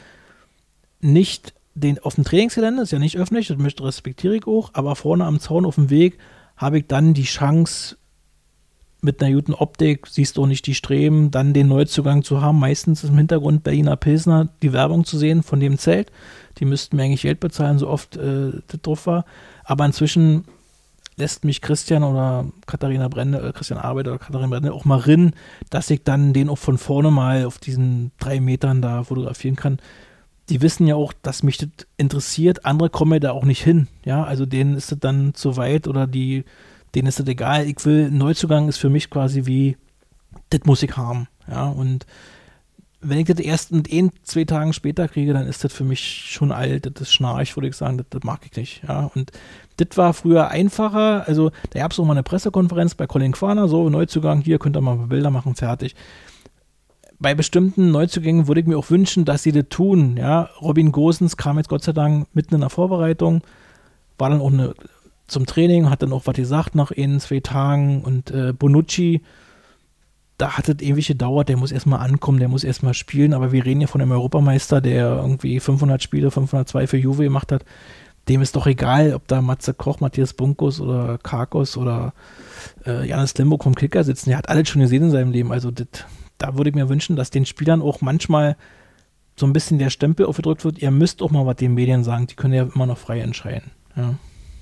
nicht auf dem Trainingsgelände, ist ja nicht öffentlich, das respektiere ich auch, aber vorne am Zaun auf dem Weg habe ich dann die Chance, mit einer guten Optik, siehst du auch nicht die Streben, dann den Neuzugang zu haben. Meistens ist im Hintergrund Berliner Pilsner die Werbung zu sehen von dem Zelt. Die müssten mir eigentlich Geld bezahlen, so oft das drauf war. Aber inzwischen lässt mich Christian oder Katharina Brende, Christian Arbeit oder Katharina Brende auch mal rinnen, dass ich dann den auch von vorne mal auf diesen 3 Metern da fotografieren kann. Die wissen ja auch, dass mich das interessiert. Andere kommen ja da auch nicht hin. Ja, also denen ist das dann zu weit oder denen ist das egal. Ich will, Neuzugang ist für mich quasi wie, das muss ich haben. Ja, und wenn ich das erst mit 1-2 Tagen später kriege, dann ist das für mich schon alt. Das ist Schnarch, würde ich sagen, das mag ich nicht. Ja, und das war früher einfacher. Also da gab es auch mal eine Pressekonferenz bei Colin Quaner, so Neuzugang, hier könnt ihr mal ein paar Bilder machen, fertig. Bei bestimmten Neuzugängen würde ich mir auch wünschen, dass sie das tun. Ja, Robin Gosens kam jetzt Gott sei Dank mitten in der Vorbereitung, war dann auch zum Training, hat dann auch was gesagt nach 1-2 Tagen und Bonucci, da hat es ewig gedauert, der muss erstmal ankommen, der muss erstmal spielen, aber wir reden ja von einem Europameister, der irgendwie 500 Spiele, 502 für Juve gemacht hat, dem ist doch egal, ob da Matze Koch, Matthias Bunkus oder Karkos oder Janis Limburg vom Kicker sitzen, der hat alles schon gesehen in seinem Leben, also da würde ich mir wünschen, dass den Spielern auch manchmal so ein bisschen der Stempel aufgedrückt wird, ihr müsst auch mal was den Medien sagen, die können ja immer noch frei entscheiden, ja.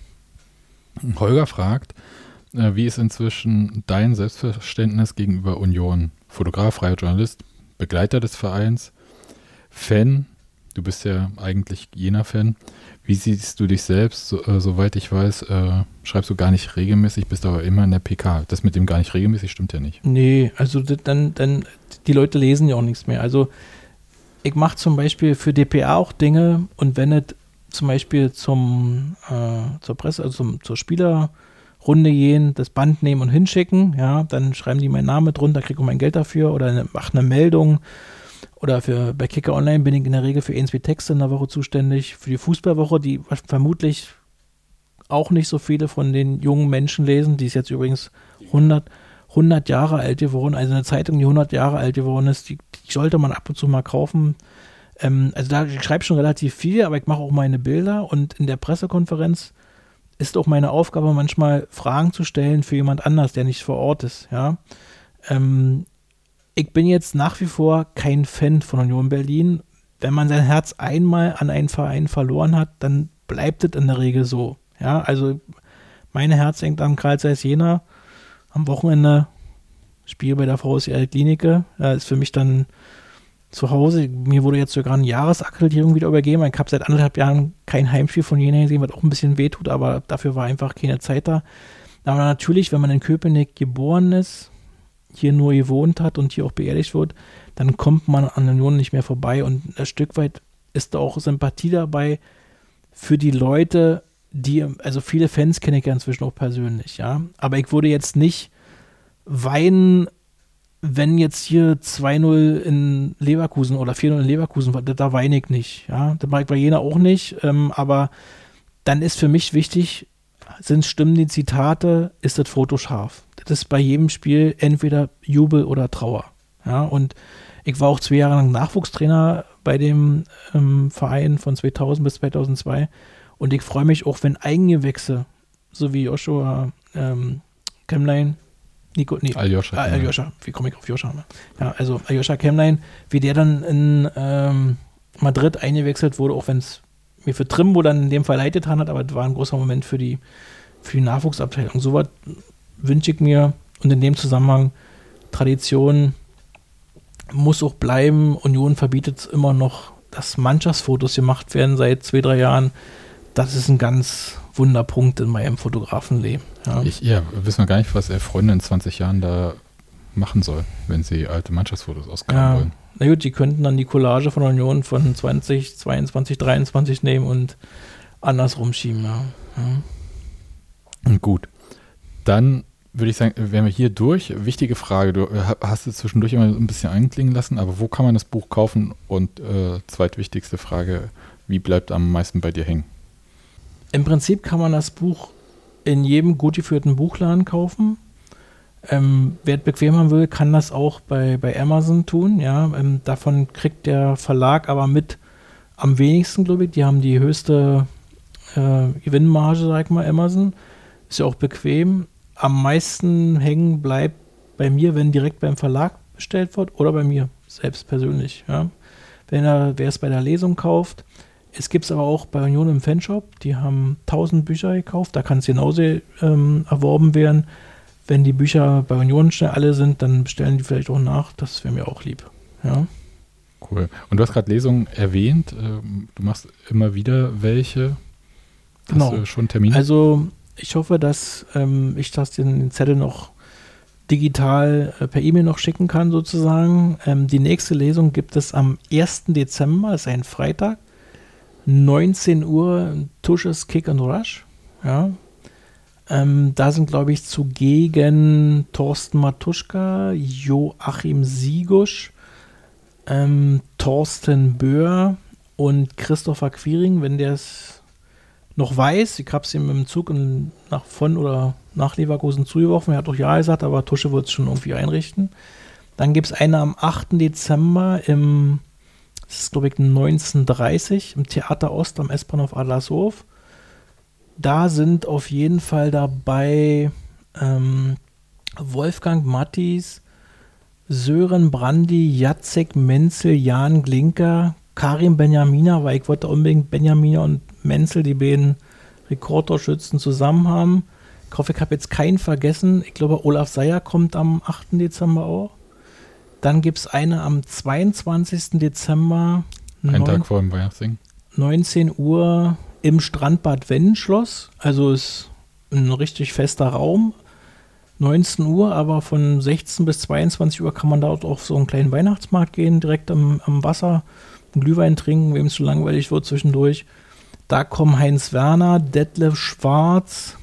Holger fragt, wie ist inzwischen dein Selbstverständnis gegenüber Union? Fotograf, freier Journalist, Begleiter des Vereins, Fan, du bist ja eigentlich jener Fan. Wie siehst du dich selbst? Soweit ich weiß, schreibst du gar nicht regelmäßig, bist aber immer in der PK. Das mit dem gar nicht regelmäßig stimmt ja nicht. Nee, also dann die Leute lesen ja auch nichts mehr. Also ich mache zum Beispiel für dpa auch Dinge und wenn es zum Beispiel zur Presse, also zur Spielerrunde gehen, das Band nehmen und hinschicken, ja, dann schreiben die meinen Namen drunter, kriege ich mein Geld dafür oder mache eine Meldung oder bei Kicker Online bin ich in der Regel für 1-2 Texte in der Woche zuständig, für die Fußballwoche, die vermutlich auch nicht so viele von den jungen Menschen lesen, die ist jetzt übrigens 100 Jahre alt geworden, also eine Zeitung, die 100 Jahre alt geworden ist, die sollte man ab und zu mal kaufen. Also da ich schreibe schon relativ viel, aber ich mache auch meine Bilder und in der Pressekonferenz ist auch meine Aufgabe, manchmal Fragen zu stellen für jemand anders, der nicht vor Ort ist, ja. Ich bin jetzt nach wie vor kein Fan von Union Berlin. Wenn man sein Herz einmal an einen Verein verloren hat, dann bleibt es in der Regel so. Ja, also mein Herz hängt an Carl Zeiss Jena. Am Wochenende Spiel bei der VSR Klinike. Da ist für mich dann zu Hause. Mir wurde jetzt sogar eine Jahresakkreditierung wieder übergeben. Ich habe seit 1,5 Jahren kein Heimspiel von Jena gesehen, was auch ein bisschen wehtut, aber dafür war einfach keine Zeit da. Aber natürlich, wenn man in Köpenick geboren ist, hier nur gewohnt hat und hier auch beerdigt wird, dann kommt man an Union nicht mehr vorbei und ein Stück weit ist da auch Sympathie dabei für die Leute, also viele Fans kenne ich ja inzwischen auch persönlich, ja, aber ich würde jetzt nicht weinen, wenn jetzt hier 2-0 in Leverkusen oder 4-0 in Leverkusen war, da weine ich nicht, ja, das mache ich bei Jena auch nicht, aber dann ist für mich wichtig, stimmen die Zitate, ist das Foto scharf. Das ist bei jedem Spiel entweder Jubel oder Trauer. Ja, und ich war auch 2 Jahre lang Nachwuchstrainer bei dem Verein von 2000 bis 2002 und ich freue mich auch, wenn Eigengewächse, so wie Joshua Kemlein, Aljoscha, wie komme ich auf Joscha? Ja, also Aljoscha Kemlein, wie der dann in Madrid eingewechselt wurde, auch wenn es mir für Trimbo dann in dem Fall leid getan hat, aber das war ein großer Moment für die Nachwuchsabteilung. Sowas wünsche ich mir und in dem Zusammenhang Tradition muss auch bleiben. Union verbietet immer noch, dass Mannschaftsfotos gemacht werden seit 2-3 Jahren. Das ist ein ganz Wunderpunkt in meinem Fotografenleben. Ja. Wissen wir gar nicht, was Freunde in 20 Jahren da machen soll, wenn sie alte Mannschaftsfotos ausgraben wollen. Na gut, die könnten dann die Collage von Union von 20, 22, 23 nehmen und andersrum schieben. Ja. Gut, dann würde ich sagen, wären wir hier durch. Wichtige Frage, du hast es zwischendurch immer ein bisschen einklingen lassen, aber wo kann man das Buch kaufen? Und zweitwichtigste Frage, wie bleibt am meisten bei dir hängen? Im Prinzip kann man das Buch in jedem gut geführten Buchladen kaufen. Wer es bequem haben will, kann das auch bei Amazon tun. Ja? Davon kriegt der Verlag aber mit am wenigsten, glaube ich. Die haben die höchste Gewinnmarge, sag ich mal, Amazon. Ist ja auch bequem. Am meisten hängen bleibt bei mir, wenn direkt beim Verlag bestellt wird oder bei mir selbst persönlich. Ja? Wer es bei der Lesung kauft. Es gibt es aber auch bei Union im Fanshop. Die haben 1000 Bücher gekauft. Da kann es genauso erworben werden. Wenn die Bücher bei Union schnell alle sind, dann bestellen die vielleicht auch nach. Das wäre mir auch lieb. Ja. Cool. Und du hast gerade Lesungen erwähnt. Du machst immer wieder welche. Genau. Hast du schon Termine? Also ich hoffe, dass ich den Zettel noch digital per E-Mail noch schicken kann sozusagen. Die nächste Lesung gibt es am 1. Dezember. Das ist ein Freitag. 19 Uhr Tusches Kick and Rush. Ja. Da sind, glaube ich, zugegen Thorsten Matuschka, Joachim Siegusch, Thorsten Böhr und Christopher Quiring, wenn der es noch weiß. Ich habe es ihm im Zug von oder nach Leverkusen zugeworfen. Er hat doch ja gesagt, aber Tusche wird es schon irgendwie einrichten. Dann gibt es eine am 8. Dezember das ist, glaube ich, 19:30 im Theater Ost am S-Bahnhof Adlershof. Da sind auf jeden Fall dabei Wolfgang Mattis, Sören Brandi, Jacek Menzel, Jan Glinker, Karim Benjamina, weil ich wollte unbedingt Benjamina und Menzel, die beiden Rekordtorschützen, zusammen haben. Ich hoffe, ich habe jetzt keinen vergessen. Ich glaube, Olaf Seyer kommt am 8. Dezember auch. Dann gibt es eine am 22. Dezember. Einen Tag vor dem Weihnachtssingen. 19 Uhr im Strandbad Wendenschloss. Also ist ein richtig fester Raum. 19 Uhr, aber von 16 bis 22 Uhr kann man dort auf so einen kleinen Weihnachtsmarkt gehen, direkt am Wasser, einen Glühwein trinken, wem es zu langweilig wird zwischendurch. Da kommen Heinz Werner, Detlef Schwarz,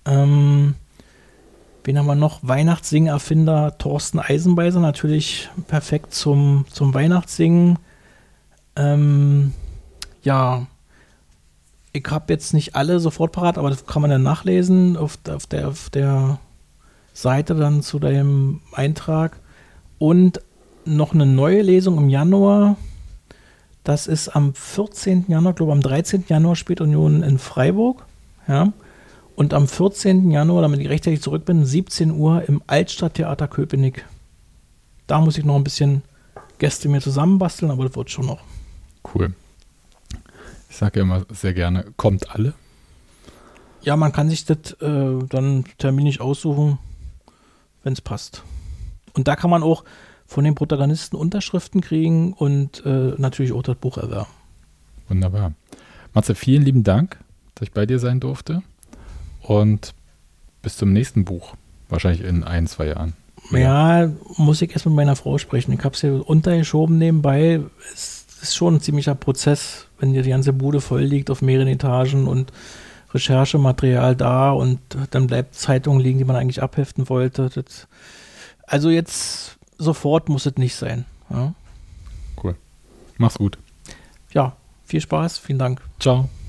wen haben wir noch? Weihnachtssingen-Erfinder Thorsten Eisenbeiser, natürlich perfekt zum Weihnachtssingen. Ja, Ich habe jetzt nicht alle sofort parat, aber das kann man dann nachlesen auf der Seite dann zu deinem Eintrag. Und noch eine neue Lesung im Januar. Das ist am 14. Januar, glaube ich, am 13. Januar spielt Union in Freiburg. Ja. Und am 14. Januar, damit ich rechtzeitig zurück bin, 17 Uhr im Altstadttheater Köpenick. Da muss ich noch ein bisschen Gäste mir zusammenbasteln, aber das wird schon noch. Cool. Ich sage ja immer sehr gerne, kommt alle. Ja, man kann sich das dann terminlich aussuchen, wenn es passt. Und da kann man auch von den Protagonisten Unterschriften kriegen und natürlich auch das Buch erwerben. Wunderbar. Matze, vielen lieben Dank, dass ich bei dir sein durfte. Und bis zum nächsten Buch. Wahrscheinlich in 1-2 Jahren. Ja, muss ich erst mit meiner Frau sprechen. Ich habe es hier untergeschoben nebenbei. Es ist schon ein ziemlicher Prozess, wenn dir die ganze Bude voll liegt auf mehreren Etagen und Recherchematerial da und dann bleibt Zeitungen liegen, die man eigentlich abheften wollte. Also jetzt sofort muss es nicht sein. Ja. Cool. Mach's gut. Ja, viel Spaß. Vielen Dank. Ciao.